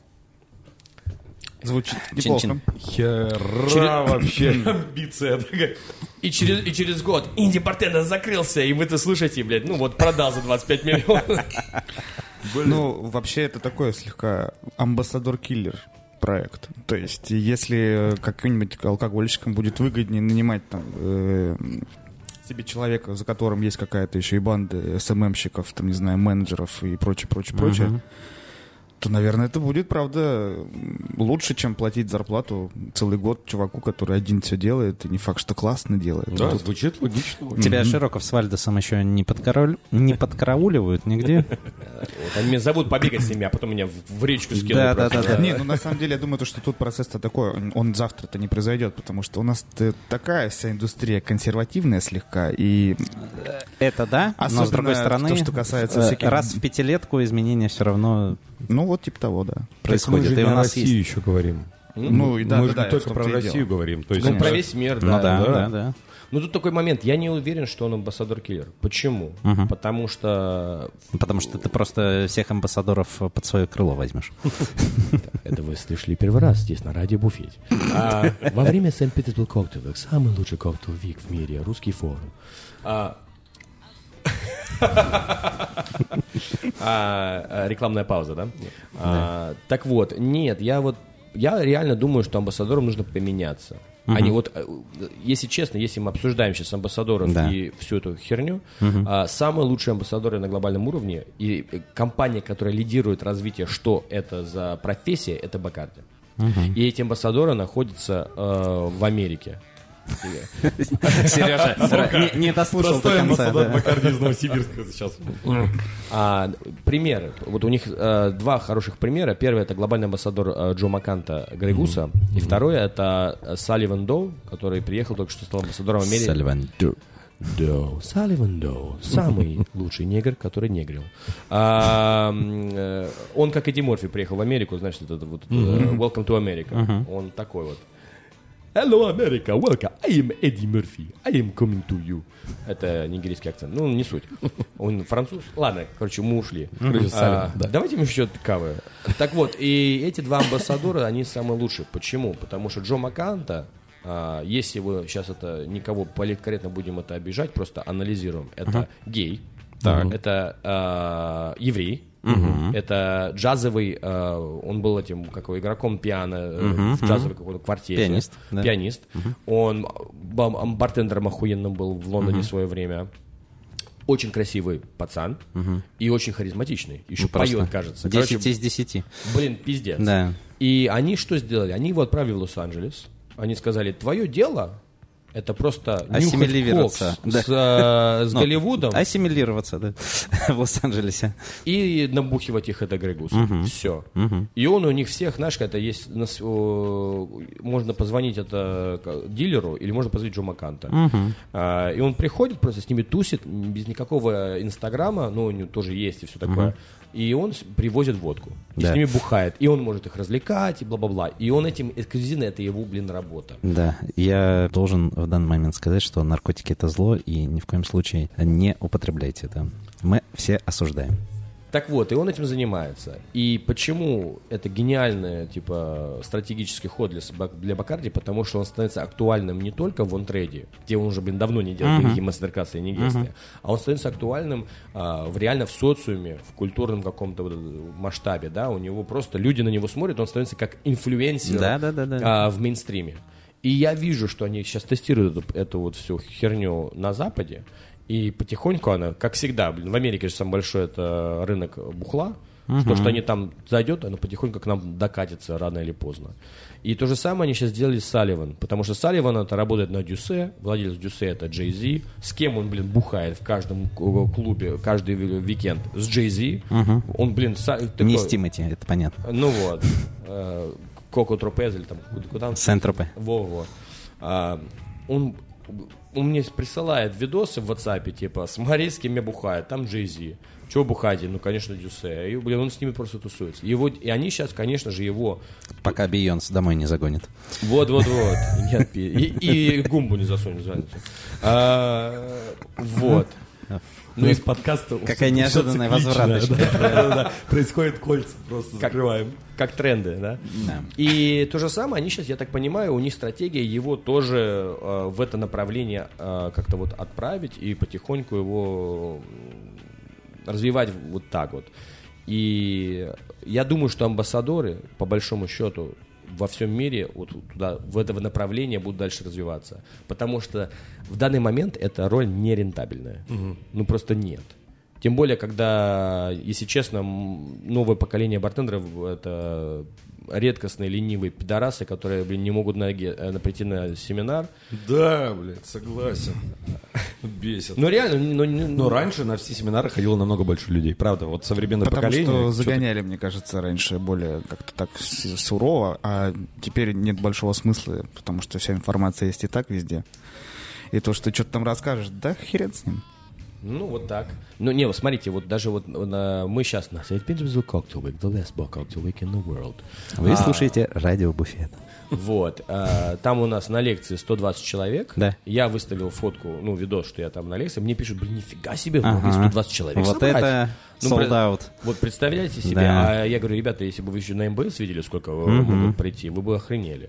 Звучит неплохо. Хера вообще амбиция такая. И через год инди-бартендер закрылся, и вы это слушаете, блядь, ну вот продал за 25 миллионов. Ну, вообще это такой слегка амбассадор-киллер проект. То есть, если каким-нибудь алкогольщикам будет выгоднее нанимать там себе человека, за которым есть какая-то еще и банда СММщиков, там, не знаю, менеджеров и прочее, то, наверное, это будет, правда, лучше, чем платить зарплату целый год чуваку, который один все делает, и не факт, что классно делает. Да, тут звучит логично. Тебя Широков с Вальдесом еще не подкарауливают нигде? Они меня зовут побегать с ними, а потом меня в речку скинут. Да. Не, ну на самом деле я думаю, что тут процесс-то такой, он завтра-то не произойдет, потому что у нас такая вся индустрия консервативная слегка, и... Это да, особенно но с другой стороны, то, что касается всяких... раз в пятилетку изменения все равно... Ну, вот типа того, да. Происходит. Мы же и у о нас России есть... еще говорим. Ну, и да, мы же да, не только про Россию говорим. То есть, Ну, про весь мир, Ну да. да. Ну, тут такой момент. Я не уверен, что он амбассадор-киллер. Почему? Потому что ты просто всех амбассадоров под свое крыло возьмешь. это вы слышали первый раз здесь, на радио Буфете. Во время Санкт-Петербург коктейль, самый лучший коктейль Вик в мире, русский форум. Рекламная пауза, да? Так вот, нет, я реально думаю, что амбассадорам нужно поменяться. Они вот, если честно, если мы обсуждаем сейчас амбассадоров и всю эту херню, самые лучшие амбассадоры на глобальном уровне и компания, которая лидирует развитие, что это за профессия, это Бакарди. И эти амбассадоры находятся в Америке. Сережа, не дослушал до конца. Бакарди из Новосибирска сейчас. Примеры. Вот у них два хороших примера. Первый — это глобальный амбассадор Джо Маканта Грегуса. И второй — это Салливан Доу, который приехал, только что стал амбассадором Америки. Салливан Доу. Самый лучший негр, который негрил. Он, как Эдди Морфи, приехал в Америку, значит, это вот Welcome to America. Он такой вот. Hello, America, welcome. I am Eddie Murphy. I am coming to you. Это нигерийский акцент. Ну, не суть. Он француз. Ладно, короче, мы ушли. Давайте мы еще кавы. Так вот, и эти два амбассадора, они самые лучшие. Почему? Потому что Джо Маканта, если вы сейчас это никого политкорректно будем это обижать, просто анализируем. Это гей, это еврей. Это джазовый, он был этим игроком пиано в джазовой какой-то квартете. Пианист. Он бартендером охуенным был в Лондоне в свое время. Очень красивый пацан и очень харизматичный. Еще поет, кажется. 10 из 10. Блин, пиздец. Да. И они что сделали? Они его отправили в Лос-Анджелес. Они сказали: твое дело — это просто ассимилироваться с Голливудом. Ассимилироваться, да, в Лос-Анджелесе. И набухивать их это Грегус. Все. И он у них всех, знаешь, это есть, можно позвонить это дилеру или можно позвонить Джо Маканта. И он приходит, просто с ними тусит, без никакого инстаграма, но у него тоже есть и все такое. И он привозит водку. И с ними бухает. И он может их развлекать, и бла-бла-бла. И он этим эксклюзивно, это его, работа. Да, я должен в данный момент сказать, что наркотики — это зло, и ни в коем случае не употребляйте это. Мы все осуждаем. Так вот, и он этим занимается. И почему это гениальный, стратегический ход для Бакарди? Потому что он становится актуальным не только в онтрейде, где он уже, давно не делает никакие мастер-классы и не действия, а он становится актуальным реально в социуме, в культурном каком-то масштабе, да, у него просто люди на него смотрят, он становится как инфлюенсер в мейнстриме. И я вижу, что они сейчас тестируют эту вот всю херню на Западе. И потихоньку она, как всегда, в Америке же самый большой это рынок бухла, что они там зайдет, оно потихоньку к нам докатится рано или поздно. И то же самое они сейчас сделали с Салливан, потому что Салливан это работает на Дюссе, владелец Дюссе это Джей-Зи, с кем он, бухает в каждом клубе, каждый уикенд, с Джей-Зи, он, такой... Не с Тимати, это понятно. Ну вот, Коко Тропез или там куда-то. Сент-Тропе. Во-во. Он мне присылает видосы в WhatsApp, смотри, с кем я бухаю, там Джей-Зи. Чего бухаете? Ну, конечно, Дюссе. И, он с ними просто тусуется. И они сейчас, конечно же, его... Пока Бейонс домой не загонит. Вот-вот-вот. И гумбу не засунет. Вот. Ну, из подкаста... Какая неожиданная возвраточка. Происходит кольца, просто закрываем. Как тренды, да? И то же самое, они сейчас, я так понимаю, у них стратегия его тоже в это направление как-то отправить и потихоньку его развивать вот так вот. И я думаю, что амбассадоры, по большому счету, во всем мире вот туда, в это направление будут дальше развиваться. Потому что в данный момент эта роль нерентабельная. Ну, просто нет. Тем более, когда, если честно, новое поколение бартендеров — это редкостные ленивые пидорасы, которые, блин, не могут прийти на семинар. Да, блядь, согласен. Бесит. Ну, реально. Но раньше на все семинары ходило намного больше людей. Правда, вот современное поколение... Потому что загоняли, мне кажется, раньше более как-то так сурово, а теперь нет большого смысла, потому что вся информация есть и так везде. И то, что ты что-то там расскажешь, да хрен с ним. Ну, вот так. Ну, не, вот смотрите, вот даже вот мы сейчас на St. Petersburg Cocktail Week, the best cocktail week in the world. Вы слушаете радио Буфет. Вот. Там у нас на лекции 120 человек. Да. Я выставил фотку, ну, видос, что я там на лекции. Мне пишут, блин, нифига себе, могли 120 человек вот собрать. Это sold out. Вот представляете себе. Да. А я говорю, ребята, если бы вы еще на МБС видели, сколько могут прийти, вы бы охренели.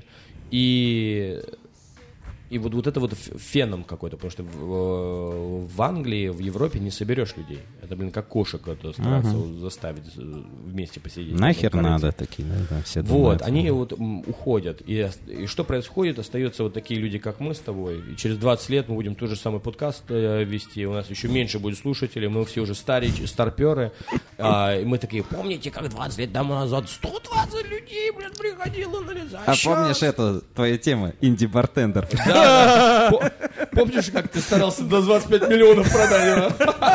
И вот это вот феном какой-то, потому что в Англии, в Европе не соберешь людей. Это, блин, как кошек это стараться заставить вместе посидеть. Нахер надо такие, да, все вот, думают. они вот уходят. И что происходит? Остаются вот такие люди, как мы с тобой. И через 20 лет мы будем тот же самый подкаст вести. У нас еще меньше будет слушателей. Мы все уже старперы. И мы такие, помните, как 20 лет тому назад 120 людей, блин, приходило на лица. А помнишь эту твою тему? Инди-бартендер. Да. Помнишь, как ты старался до 25 миллионов продать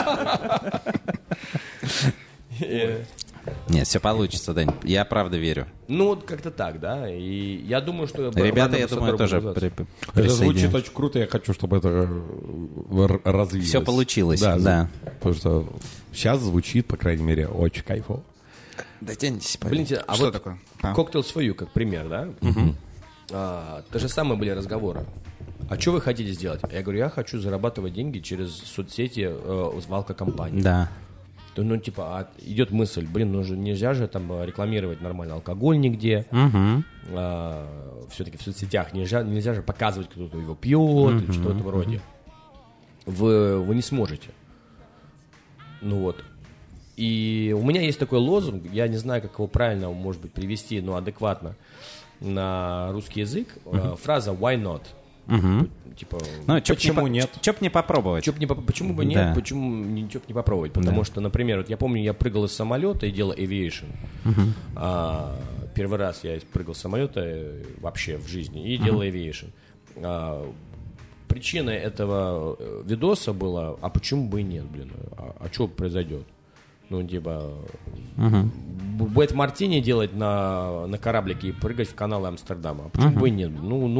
его? Нет, все получится, Дань. Я правда верю. Ну, вот как-то так, да. И я думаю, что... Ребята, я думаю, тоже это звучит очень круто. Я хочу, чтобы это развилось. Все получилось, да. Потому что сейчас звучит, по крайней мере, очень кайфово. Дотянитесь, блин, а что вот такое? Cocktails for You, как пример, да? То же самое были разговоры. А что вы хотите сделать? Я говорю, я хочу зарабатывать деньги через соцсети в алкокомпании. Да. Ну, типа, идет мысль, блин, ну же нельзя же там рекламировать нормально алкоголь нигде. Все-таки в соцсетях нельзя же показывать, кто-то его пьет, или что-то вроде. Вы не сможете. Ну вот. И у меня есть такой лозунг, я не знаю, как его правильно, может быть, привести, но адекватно на русский язык. Фраза «why not?» Типа, ну, почему нет? Чё б не попробовать? Почему бы нет? Да. Почему ничего не попробовать? Потому что, например, вот я помню, я прыгал из самолета и делал aviation. Первый раз я прыгал с самолета вообще в жизни и делал aviation. Причиной этого видоса была, а почему бы и нет, блин? А что произойдет? Ну, типа, Бэт Мартини делать на кораблике и прыгать в каналы Амстердама. А почему бы и нет?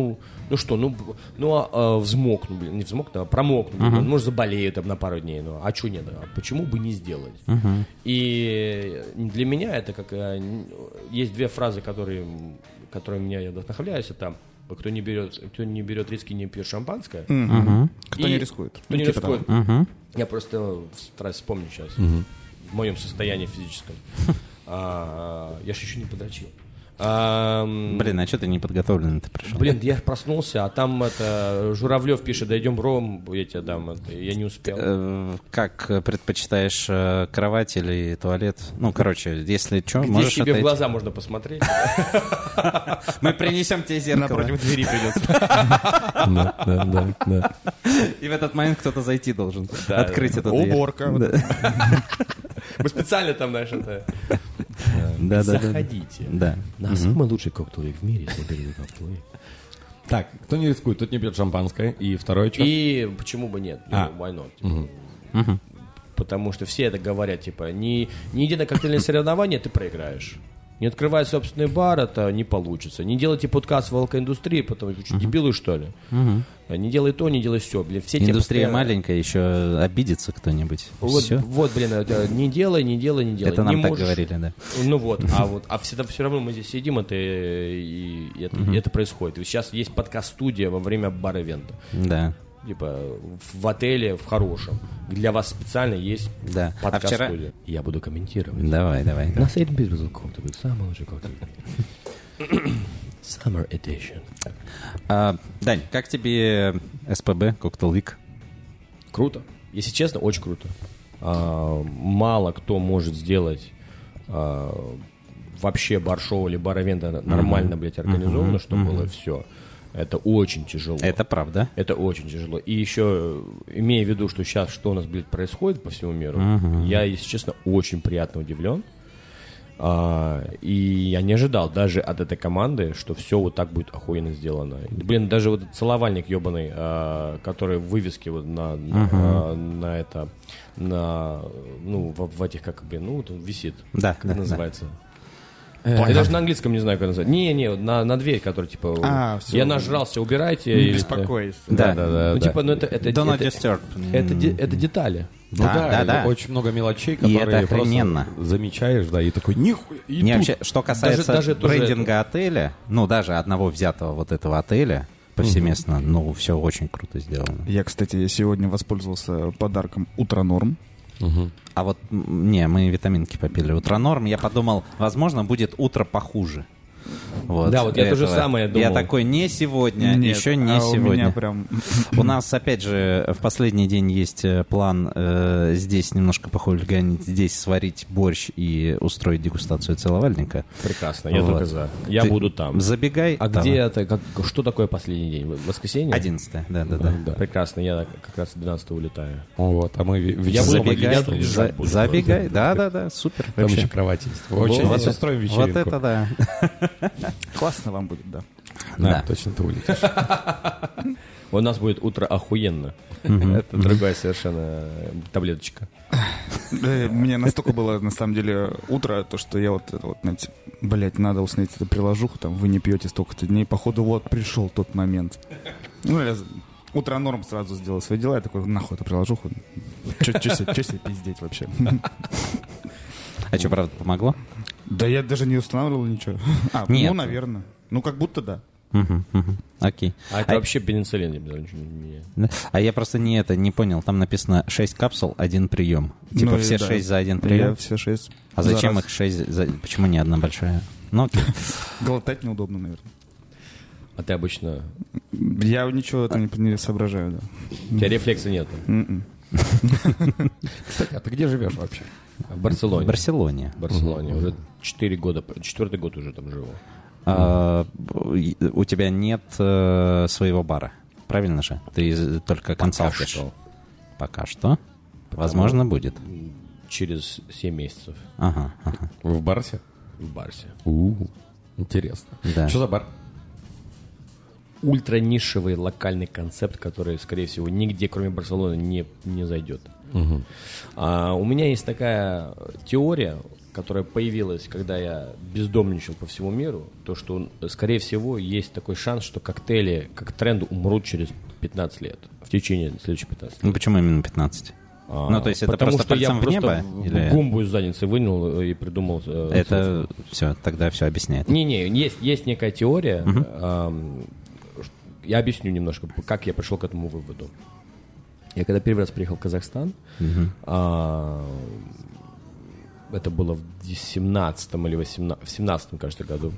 Взмокну, блин, не взмокну, а промокну, блин, может, заболею там на пару дней. Ну, а что нет? А почему бы не сделать? И для меня это как... Есть две фразы, которые меня я вдохновляюсь. Это кто не берет риски, не пьет шампанское. Кто не рискует. Кто не рискует. Я просто стараюсь вспомнить сейчас. В моем состоянии физическом. Я же еще не подрочил. Блин, а что ты не подготовленный пришел? Блин, я проснулся, а там Журавлев пишет, дойдем ром, я тебе дам. Я не успел. Как предпочитаешь, кровать или туалет? Ну, короче, если что, где можешь себе в глаза можно посмотреть? Мы принесем тебе зеркало. Напротив двери придется. Да. И в этот момент кто-то зайти должен. Открыть эту дверь. Уборка. Мы специально там, знаешь, это... Заходите. Да. На самый лучший коктейль в мире. Так, кто не рискует, тот не пьет шампанское. И второе что? И почему бы нет? Why not? Потому что все это говорят, типа, не иди на коктейльные соревнования, ты проиграешь. Не открывай собственный бар, это не получится. Не делайте подкаст в алкоиндустрии, потому что дебилы, что ли. Не делай то, не делай все. Блин, все индустрия маленькая, еще обидится кто-нибудь. Вот, блин, это не делай. Это нам так говорили, да. Ну вот, а все равно мы здесь сидим, это происходит. И сейчас есть подкаст-студия во время бар-ивента. Да. Типа в отеле, в хорошем. Для вас специально есть подкаст-студия. Я буду комментировать. Давай. На St. Petersburg Cocktail, самый лучший коктейль. Summer Edition. Дань, как тебе СПБ Cocktail Week? Круто. Если честно, очень круто. Мало кто может сделать вообще бар-шоу или бар-ивента нормально, блядь, организовано, чтобы было все. Это очень тяжело. Это правда. Это очень тяжело. И еще, имея в виду, что сейчас, что у нас, блядь, происходит по всему миру, я, если честно, очень приятно удивлен. И я не ожидал даже от этой команды, что все вот так будет охуенно сделано. Блин, даже вот этот целовальник ебаный, который в вывеске вот на это, в этих, как, блин, вот он висит. Да. Как это называется? Я даже на английском не знаю, как называется. Не, на дверь, которая, типа, я нажрался, убирайте. Не беспокойся. Да. Ну, типа, это Don't disturb. Это детали. Да. Очень много мелочей, которые просто замечаешь, да, и такой, нихуя, и не, тут. вообще, что касается даже брендинга отеля, даже одного взятого вот этого отеля, повсеместно, все очень круто сделано. Я, кстати, сегодня воспользовался подарком «Утронорм». А вот, мы витаминки попили. Утронорм, я подумал, возможно, будет утро похуже. Вот, да, вот я то же самое думал. Я такой, не сегодня, Нет, еще не сегодня. У меня прям... У нас, опять же, в последний день есть план здесь немножко похулиганить, здесь сварить борщ и устроить дегустацию целовальника. Прекрасно, я только за. Я буду там. Забегай. А где это? Что такое последний день? Воскресенье? 11-е, да. Прекрасно, я как раз 12-го улетаю. Вот, а мы Забегай, да, супер. Там еще кровать есть. Очень устроим вечеринку. Вот это да. Классно вам будет, да. Да, точно ты улетишь. У нас будет утро охуенно. Это другая совершенно таблеточка. Мне настолько было, на самом деле, утро, то, что я знаете, блядь, надо установить эту приложуху, там, вы не пьете столько-то дней, походу, вот пришел тот момент. Я Утронорм сразу сделал свои дела, я такой, нахуй эту приложуху. Че себе пиздеть вообще? А что, правда, помогло? Да я даже не устанавливал ничего. Нет. Наверное. Как будто да. Окей. А это вообще пенициллин, ничего не меняет. А я просто не понял, там написано 6 капсул, 1 прием. Типа все 6 за 1 прием? Я все 6. А зачем их 6? Почему не одна большая? Глотать неудобно, наверное. А ты обычно... Я ничего это не соображаю, да. У тебя рефлекса нет? Кстати, а ты где живешь вообще? В Барселоне. В Барселоне. Уже 4 года, 4-й год уже там живу. У тебя нет своего бара, правильно же? Ты только консалтишь. Пока что. Возможно, будет. Через 7 месяцев. Ага. Вы в Барсе? В Барсе. Интересно. Да. Что за бар? Ультранишевый локальный концепт, который, скорее всего, нигде, кроме Барселоны, не зайдет. У меня есть такая теория, которая появилась, когда я бездомничал по всему миру, то, что, скорее всего, есть такой шанс, что коктейли, как тренд, умрут через 15 лет, в течение следующих 15 лет. Почему именно 15? То есть это потому просто что я в небо? Или... гумбу из задницы вынул и придумал... Это все, тогда все объясняет. Не, есть некая теория. Я объясню немножко, как я пришел к этому выводу. Я когда первый раз приехал в Казахстан, это было в 17-м или в 17-м, кажется, году.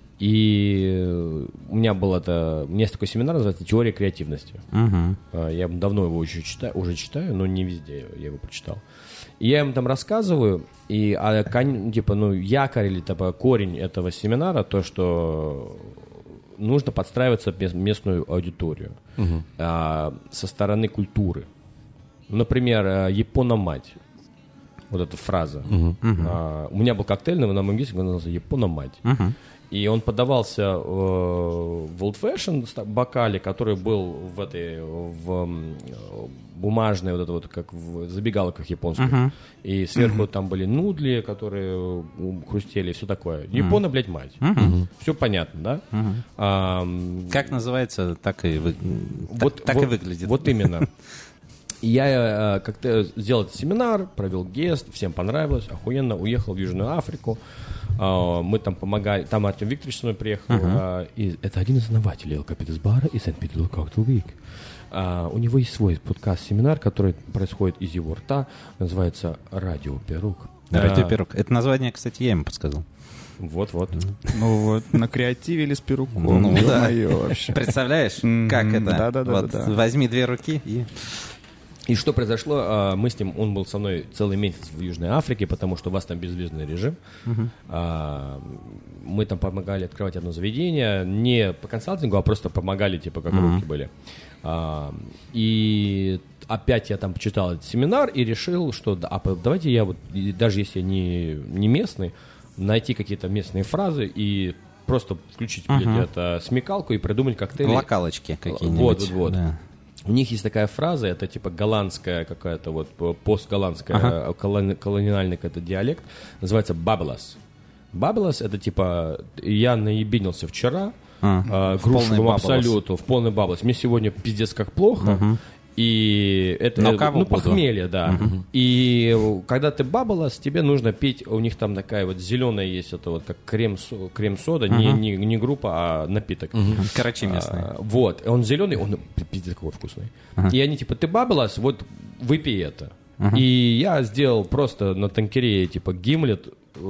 И у меня есть такой семинар, называется «Теория креативности». Я давно его уже читаю, но не везде я его прочитал. И я им там рассказываю, и якорь или корень этого семинара, то, что нужно подстраиваться под местную аудиторию со стороны культуры. Например, «Япона-мать». Вот эта фраза. У меня был коктейль на английском, он назывался «Япона-мать». И он подавался в Old Fashion бокале, который был в бумажной, вот это вот, как в забегалках японских. И сверху там были нудли, которые хрустели, и все такое. Япона, блядь, мать. Все понятно, да? Как называется, так и выглядит. Вот именно. Я как-то сделал этот семинар, провел гест, всем понравилось, охуенно, уехал в Южную Африку. Мы там помогали, там Артем Викторович со мной приехал, и это один из основателей ЛКПТС-бара и Сент-Питербург Коктейл Вик. У него есть свой подкаст-семинар, который происходит из его рта, называется «Радио Перук». «Радио Перук». Это название, кстати, я ему подсказал. Вот. Накреативили с Перуком. Да. Вообще. Представляешь, как это? Да. Возьми 2 руки и... И что произошло? Мы с ним, он был со мной целый месяц в Южной Африке, потому что у вас там безвизный режим. Мы там помогали открывать одно заведение, не по консалтингу, а просто помогали, типа, как руки были. И опять я там почитал этот семинар и решил, что давайте я вот, даже если я не местный, найти какие-то местные фразы и просто включить это смекалку и придумать коктейли. Локалочки какие-нибудь. Вот. Да. У них есть такая фраза, это типа голландская какая-то, вот постголландская, колониальный какой-то диалект, называется «бабелас». «Бабелас» — это типа «я наебенился вчера», грушевым абсолюту, в полный бабелас. Мне сегодня пиздец как плохо, и это похмелье, да. И когда ты бабалас, тебе нужно пить, у них там такая вот зеленая есть, это вот как крем-сода, не группа, а напиток. Карачи местные. Вот, он зеленый, он пиздец какой вкусный. И они типа, ты бабалас, вот выпей это. И я сделал просто на танкере типа гимлет,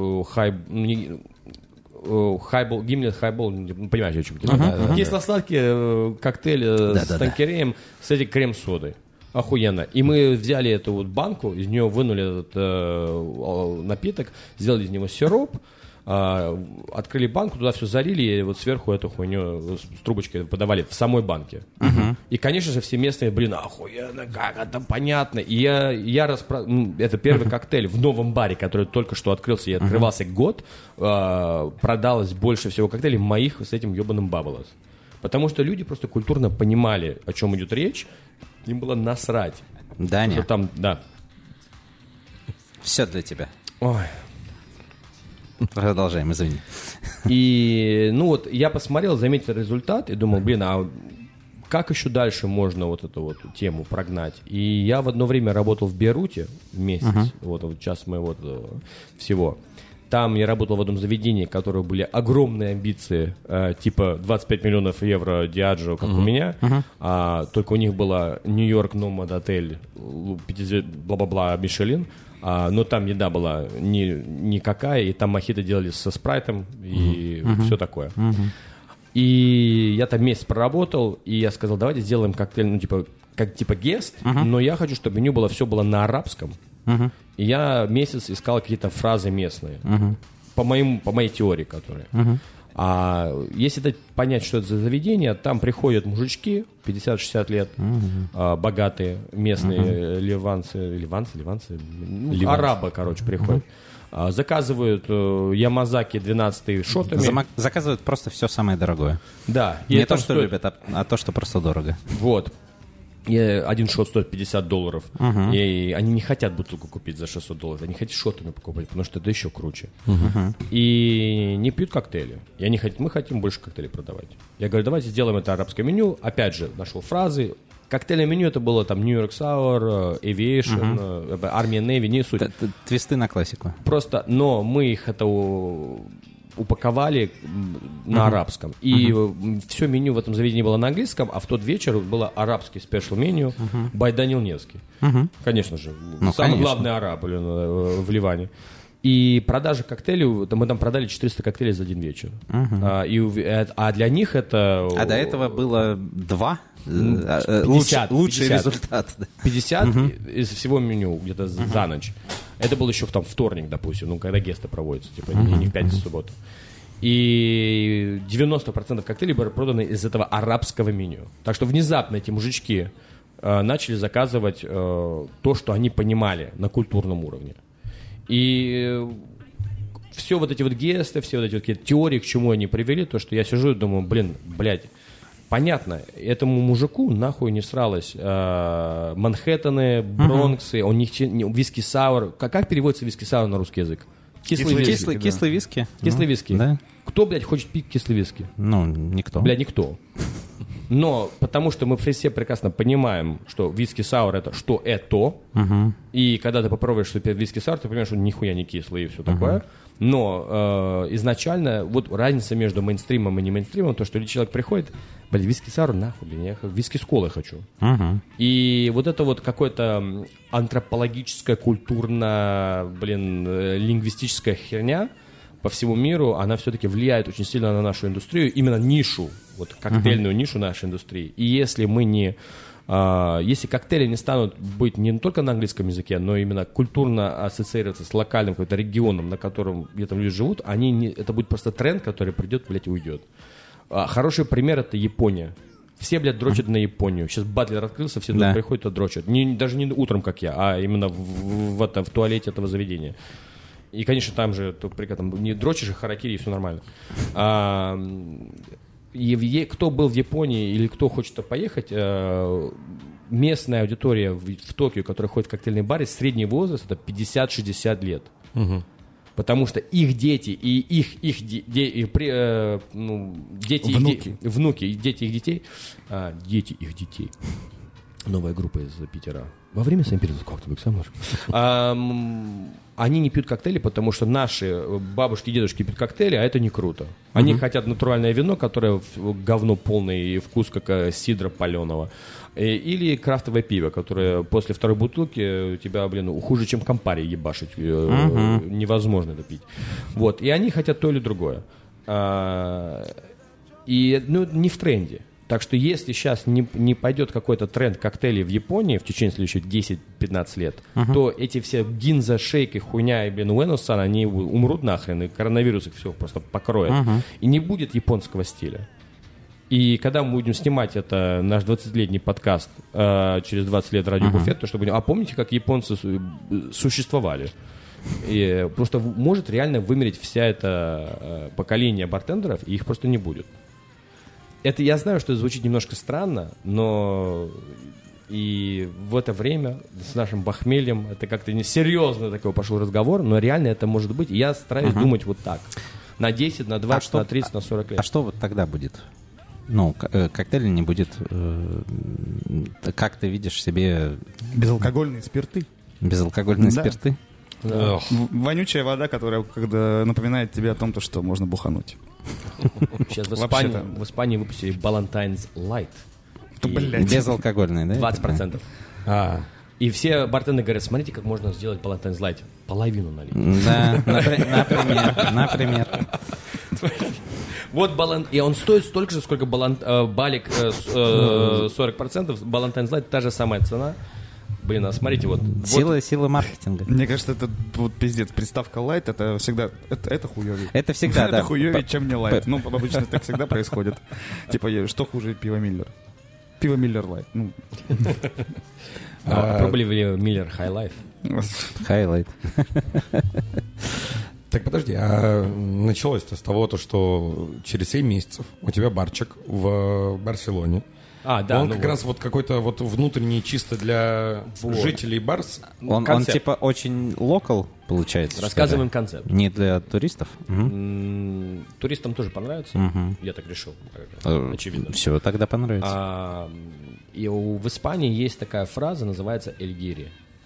гимлет, хайбол, понимаешь, о чем я. Кисло-сладкий коктейль с танкереем с этим крем-содой. Охуенно. И мы взяли эту вот банку, из нее вынули этот напиток, сделали из него сироп, открыли банку, туда все залили, и вот сверху эту хуйню с трубочкой подавали в самой банке. И, конечно же, все местные, охуенно, как это понятно. И я это первый коктейль в новом баре, который только что открылся и открывался год, продалось больше всего коктейлей моих с этим ебаным бабалас. Потому что люди просто культурно понимали, о чем идет речь, им было насрать. Даня, что там, да. Все для тебя. Ой. Продолжаем, извини. И, я посмотрел, заметил результат и думал, а как еще дальше можно вот эту вот тему прогнать? И я в одно время работал в Бейруте месяц, вот час моего всего. Там я работал в одном заведении, у которого были огромные амбиции, типа 25 миллионов евро Диаджо, как у меня. Только у них была Нью-Йорк Номад отель, бла-бла-бла, Мишелин. Но там еда была никакая, и там мохито делали со спрайтом и все такое. И я там месяц проработал, и я сказал, давайте сделаем коктейль, типа гест, но я хочу, чтобы меню все было на арабском. И я месяц искал какие-то фразы местные, по моей теории, которые. А если понять, что это за заведение, там приходят мужички 50-60 лет, богатые, местные ливанцы, арабы, приходят. Заказывают ямазаки 12 шотами. Заказывают просто все самое дорогое. Да. Не то, что любят, а то, что просто дорого. Вот. И один шот стоит $50. И они не хотят бутылку купить за $600. Они хотят шотами покупать, потому что это еще круче. И не пьют коктейли. Мы хотим больше коктейлей продавать. Я говорю, давайте сделаем это арабское меню. Опять же, нашел фразы. Коктейльное меню это было там New York Sour, Aviation, Army Navy, не суть. Твисты на классику. Просто, но мы их это упаковали на арабском. И все меню в этом заведении было на английском, а в тот вечер было арабский спешл меню by Данил Невский. Конечно же. Самый главный араб в Ливане. И продажа коктейлей, мы там продали 400 коктейлей за один вечер. А для них это... А до этого было 2? 50, лучший результат. 50 из всего меню где-то за ночь. Это был еще там вторник, допустим, когда гесты проводятся, типа не в пятницу, в субботу. И 90% коктейлей были проданы из этого арабского меню. Так что внезапно эти мужички начали заказывать то, что они понимали на культурном уровне. И все вот эти вот гесты, все вот эти вот теории, к чему они привели, то, что я сижу и думаю, блядь, понятно, этому мужику нахуй не сралось Манхэттены, Бронксы, у них виски-саур. Как переводится виски-саур на русский язык? Кислый виски. Кислый виски. Да. Кто, блядь, хочет пить кислый виски? Никто. Блядь, никто. Но потому что мы все прекрасно понимаем, что виски-саур это что это. И когда ты попробуешь виски-саур, ты понимаешь, что нихуя не кислый и все такое. Но изначально вот разница между мейнстримом и не мейнстримом, то, что человек приходит, виски-саур нахуй, я виски с колой хочу. И вот это вот какое-то антропологическая, культурно, лингвистическая херня по всему миру, она все-таки влияет очень сильно на нашу индустрию, именно нишу, вот коктейльную нишу нашей индустрии. И если мы не Если коктейли не станут быть не только на английском языке, но именно культурно ассоциироваться с локальным каким-то регионом, на котором где-то люди живут, это будет просто тренд, который придет, блядь, и уйдет. Хороший пример — это Япония. Все, блядь, дрочат на Японию. Сейчас батлер открылся, все туда приходят и дрочат. Даже не утром, как я, а именно в туалете этого заведения. И, конечно, там же не дрочишь, и харакири, и все нормально. Кто был в Японии или кто хочет поехать, местная аудитория в Токио, которая ходит в коктейльные бары, средний возраст — это 50-60 лет. Угу. Потому что их дети и внуки, дети их детей, новая группа из Питера. Во время Сан-Петербурга коктейль, они не пьют коктейли, потому что наши бабушки и дедушки пьют коктейли, а это не круто. Они хотят натуральное вино, которое говно полное и вкус как сидра паленого. Или крафтовое пиво, которое после второй бутылки тебя, хуже, чем Кампари ебашить. Невозможно это пить. Вот. И они хотят то или другое. И не в тренде. Так что если сейчас не пойдет какой-то тренд коктейлей в Японии в течение следующих 10-15 лет, то эти все гинза, шейки, хуйня и, уэнос-сан, они умрут нахрен, и коронавирус их все просто покроет. И не будет японского стиля. И когда мы будем снимать наш 20-летний подкаст через 20 лет радио Буфет, то чтобы... А помните, как японцы существовали? И просто может реально вымереть вся это поколение бартендеров, и их просто не будет. Это я знаю, что это звучит немножко странно, но и в это время с нашим похмельем это как-то несерьезно такой пошел разговор, но реально это может быть. И я стараюсь думать вот так. На 10, на 20, на 30, на 40 лет. А что вот тогда будет? Коктейля не будет. Как ты видишь себе... Безалкогольные спирты. Безалкогольные спирты? Да. Вонючая вода, которая когда напоминает тебе о том, что можно бухануть. Сейчас в Испании выпустили Ballantine's Light. Безалкогольный, да? 20%. И все бартендеры говорят, смотрите, как можно сделать Ballantine's Light. Половину налить. Да, например. Вот и он стоит столько же, сколько балик 40%. Ballantine's Light та же самая цена. А смотрите, Сила маркетинга. Мне кажется, это пиздец. Приставка light, это всегда... Это хуёвее. Это всегда, да. Это хуёвее, чем не light. Обычно так всегда происходит. Типа, что хуже пиво Миллер? Пиво Миллер Light. Пробовали Миллер High Life? Highlight. Так, подожди, началось-то с того, что через 7 месяцев у тебя барчик в Барселоне. Да, он как раз какой-то внутренний, чисто для жителей Барс. Он типа очень локал, получается. Рассказываем концепт. Не для туристов? Туристам тоже понравится. Я так решил. Очевидно. Все, тогда понравится. И в Испании есть такая фраза, называется «эль гири».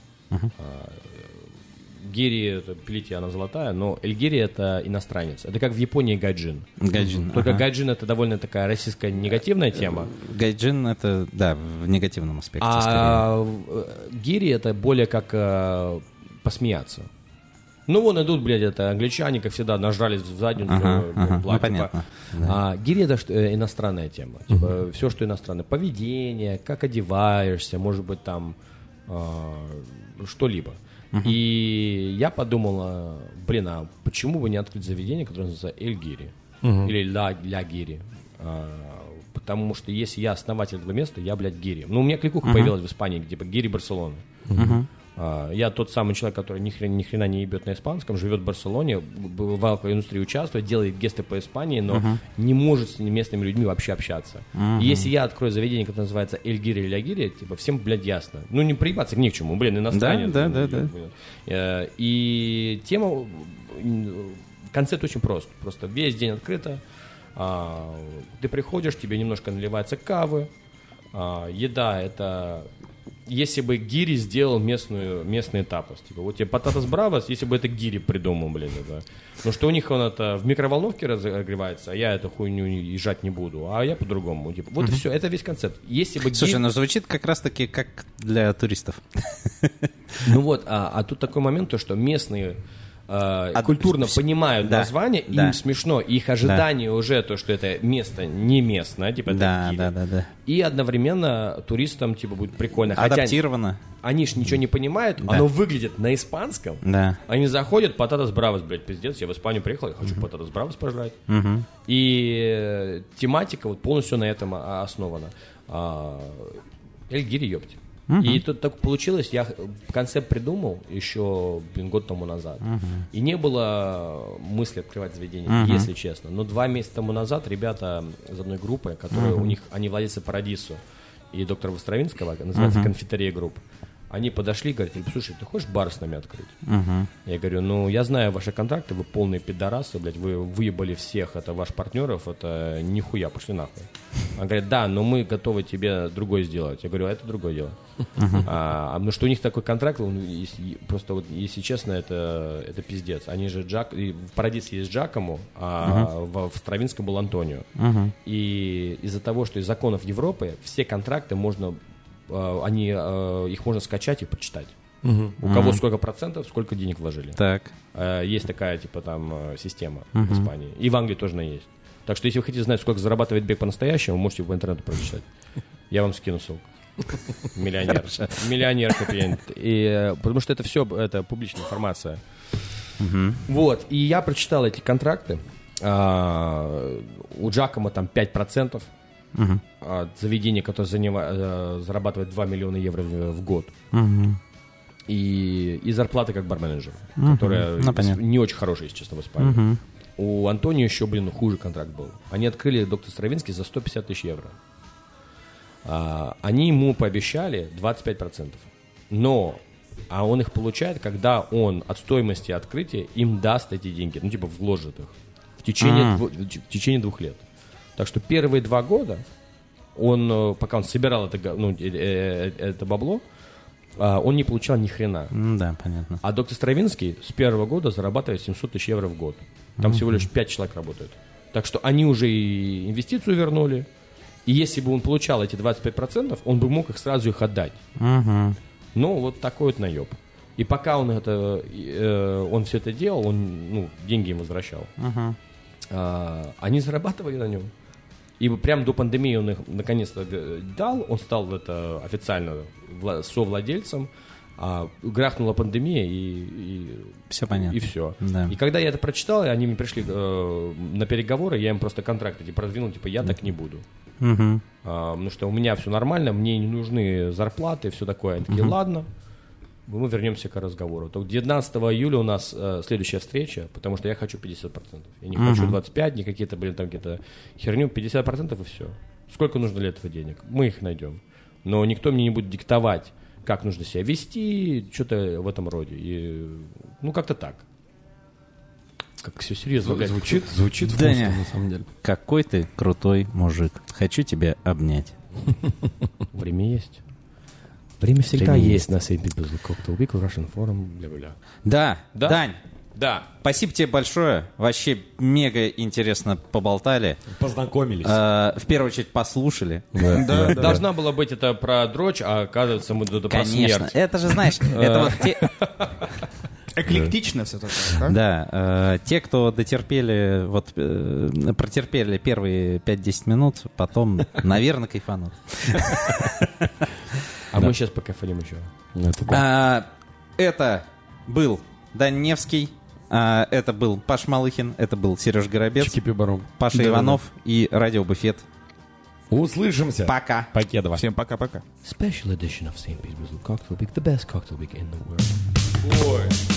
Гири, это пилите, она золотая, но эль гири — это иностранец. Это как в Японии гайджин. Только гайджин — это довольно такая российская негативная тема. Гайджин — это, да, в негативном аспекте. Гири — это более как посмеяться. Идут, блядь, это англичане, как всегда, нажрались в задницу. Понятно. Гири — это иностранная тема. Типа, все, что иностранное. Поведение, как одеваешься, может быть, там что-либо. И я подумал, почему бы не открыть заведение, которое называется Эль Гири или Ля Гири. Потому что если я основатель этого места, я, блядь, Гири. У меня кликуха появилась в Испании, типа Гири Барселона. Я тот самый человек, который ни хрена не ебет на испанском, живет в Барселоне, в алкоиндустрии участвует, делает гесты по Испании, но не может с местными людьми вообще общаться. И если я открою заведение, которое называется Эль Гири или Ля Гири, типа всем, блядь, ясно. Не приебаться ни к чему, иностранец. Да. И тема, концепт очень прост. Просто весь день открыто. Ты приходишь, тебе немножко наливается кавы. Еда — это... Если бы Гири сделал местный тапос. Типа, вот тебе пататас бравос, если бы это Гири придумал, блин. Но что у них он это в микроволновке разогревается, а я эту хуйню езжать не буду, а я по-другому. Типа, вот и все, это весь концепт. Если бы Слушай, звучит как раз-таки как для туристов. А тут такой момент, то, что местные культурно понимают название, им смешно, их ожидание уже то, что это место не местное, типа это и одновременно туристам типа будет прикольно. Адаптировано. Хотя они ж ничего не понимают, оно выглядит на испанском. Да. Они заходят, пататас бравос, блядь, пиздец, я в Испанию приехал, я хочу пататас бравос пожрать. И тематика вот полностью на этом основана. Эльгири, ёпти. И тут так получилось, я концепт придумал еще год тому назад. И не было мысли открывать заведение, если честно. Но 2 месяца тому назад ребята из одной группы, которые у них, они владельцы Парадису и доктора Востровинского, называется Конфитерия Групп. Они подошли и говорят: слушай, ты хочешь бар с нами открыть? Я говорю: ну, я знаю ваши контракты, вы полные пидорасы, блядь, вы выебали всех, это ваших партнеров, это нихуя, пошли нахуй. Они говорят: да, но мы готовы тебе другой сделать. Я говорю: это другое дело. Потому что у них такой контракт, просто вот, если честно, это пиздец. Они же в Парадисе есть Джакому, а в Стравинском был Антонио. И из-за того, что из законов Европы все контракты можно... их можно скачать и почитать. У кого сколько процентов, сколько денег вложили. Так. Есть такая, типа, там, система в Испании. И в Англии тоже она есть. Так что, если вы хотите знать, сколько зарабатывает Бек по-настоящему, можете по интернету прочитать. Я вам скину ссылку. Миллионер. Миллионер клиент. Потому что это все, это публичная информация. Вот. И я прочитал эти контракты. У Джакома там 5%. От заведения, которое зарабатывает 2 миллиона евро в год. И зарплата как бар-менеджер, которая не очень хорошая, если честно, в Испании. У Антонио еще, хуже контракт был. Они открыли доктор Стравинский за 150 тысяч евро. Они ему пообещали 25%. Но он их получает, когда он от стоимости открытия им даст эти деньги, типа вложит их в течение 2 лет. Так что первые 2 года пока он собирал это бабло, он не получал ни хрена. Да, понятно. А доктор Стравинский с первого года зарабатывает 700 тысяч евро в год. Там всего лишь 5 человек работают. Так что они уже и инвестицию вернули. И если бы он получал эти 25%, он бы мог сразу их отдать. Но вот такой вот наеб. И пока он все это делал, он деньги им возвращал. Они зарабатывали на нем. И прям до пандемии он их наконец-то дал. Он стал официально совладельцем. Грахнула пандемия и все понятно. И все. Да. И когда я это прочитал, они мне пришли на переговоры, я им просто контракты продвинул, я так не буду. Потому что у меня все нормально, мне не нужны зарплаты и все такое. Они такие: ладно, мы вернемся к разговору. То 19 июля у нас следующая встреча, потому что я хочу 50%. Я не хочу 25%, не какие-то, там какие-то херню, 50% и все. Сколько нужно для этого денег? Мы их найдем. Но никто мне не будет диктовать, как нужно себя вести, что-то в этом роде. И, как-то так. Как все серьезно. Звучит вкусно, Даня, на самом деле. Какой ты крутой мужик. Хочу тебя обнять. Время есть. Время всегда есть на St. Petersburg Cocktail Week, Russian Forum, бля-бля. Да, Дань. Да. Спасибо тебе большое. Вообще мега интересно поболтали. Познакомились. В первую очередь послушали. Да. Должна была быть это про дрочь, а оказывается мы тут про смерть. Конечно. Это же, знаешь, это вот те... Эклектично все такое. Да. Те, кто дотерпели, протерпели первые 5-10 минут, потом, наверное, кайфанут. А мы сейчас покайфанем еще. Это был Дань Невский, это был Паш Малыхин, это был Сереж Горобец, Паша Иванов и Радио Буфет. Услышимся. Пока. Покедова. Всем пока-пока. Special edition of St. Petersburg Cocktail Week, the best cocktail week in the world. Ой.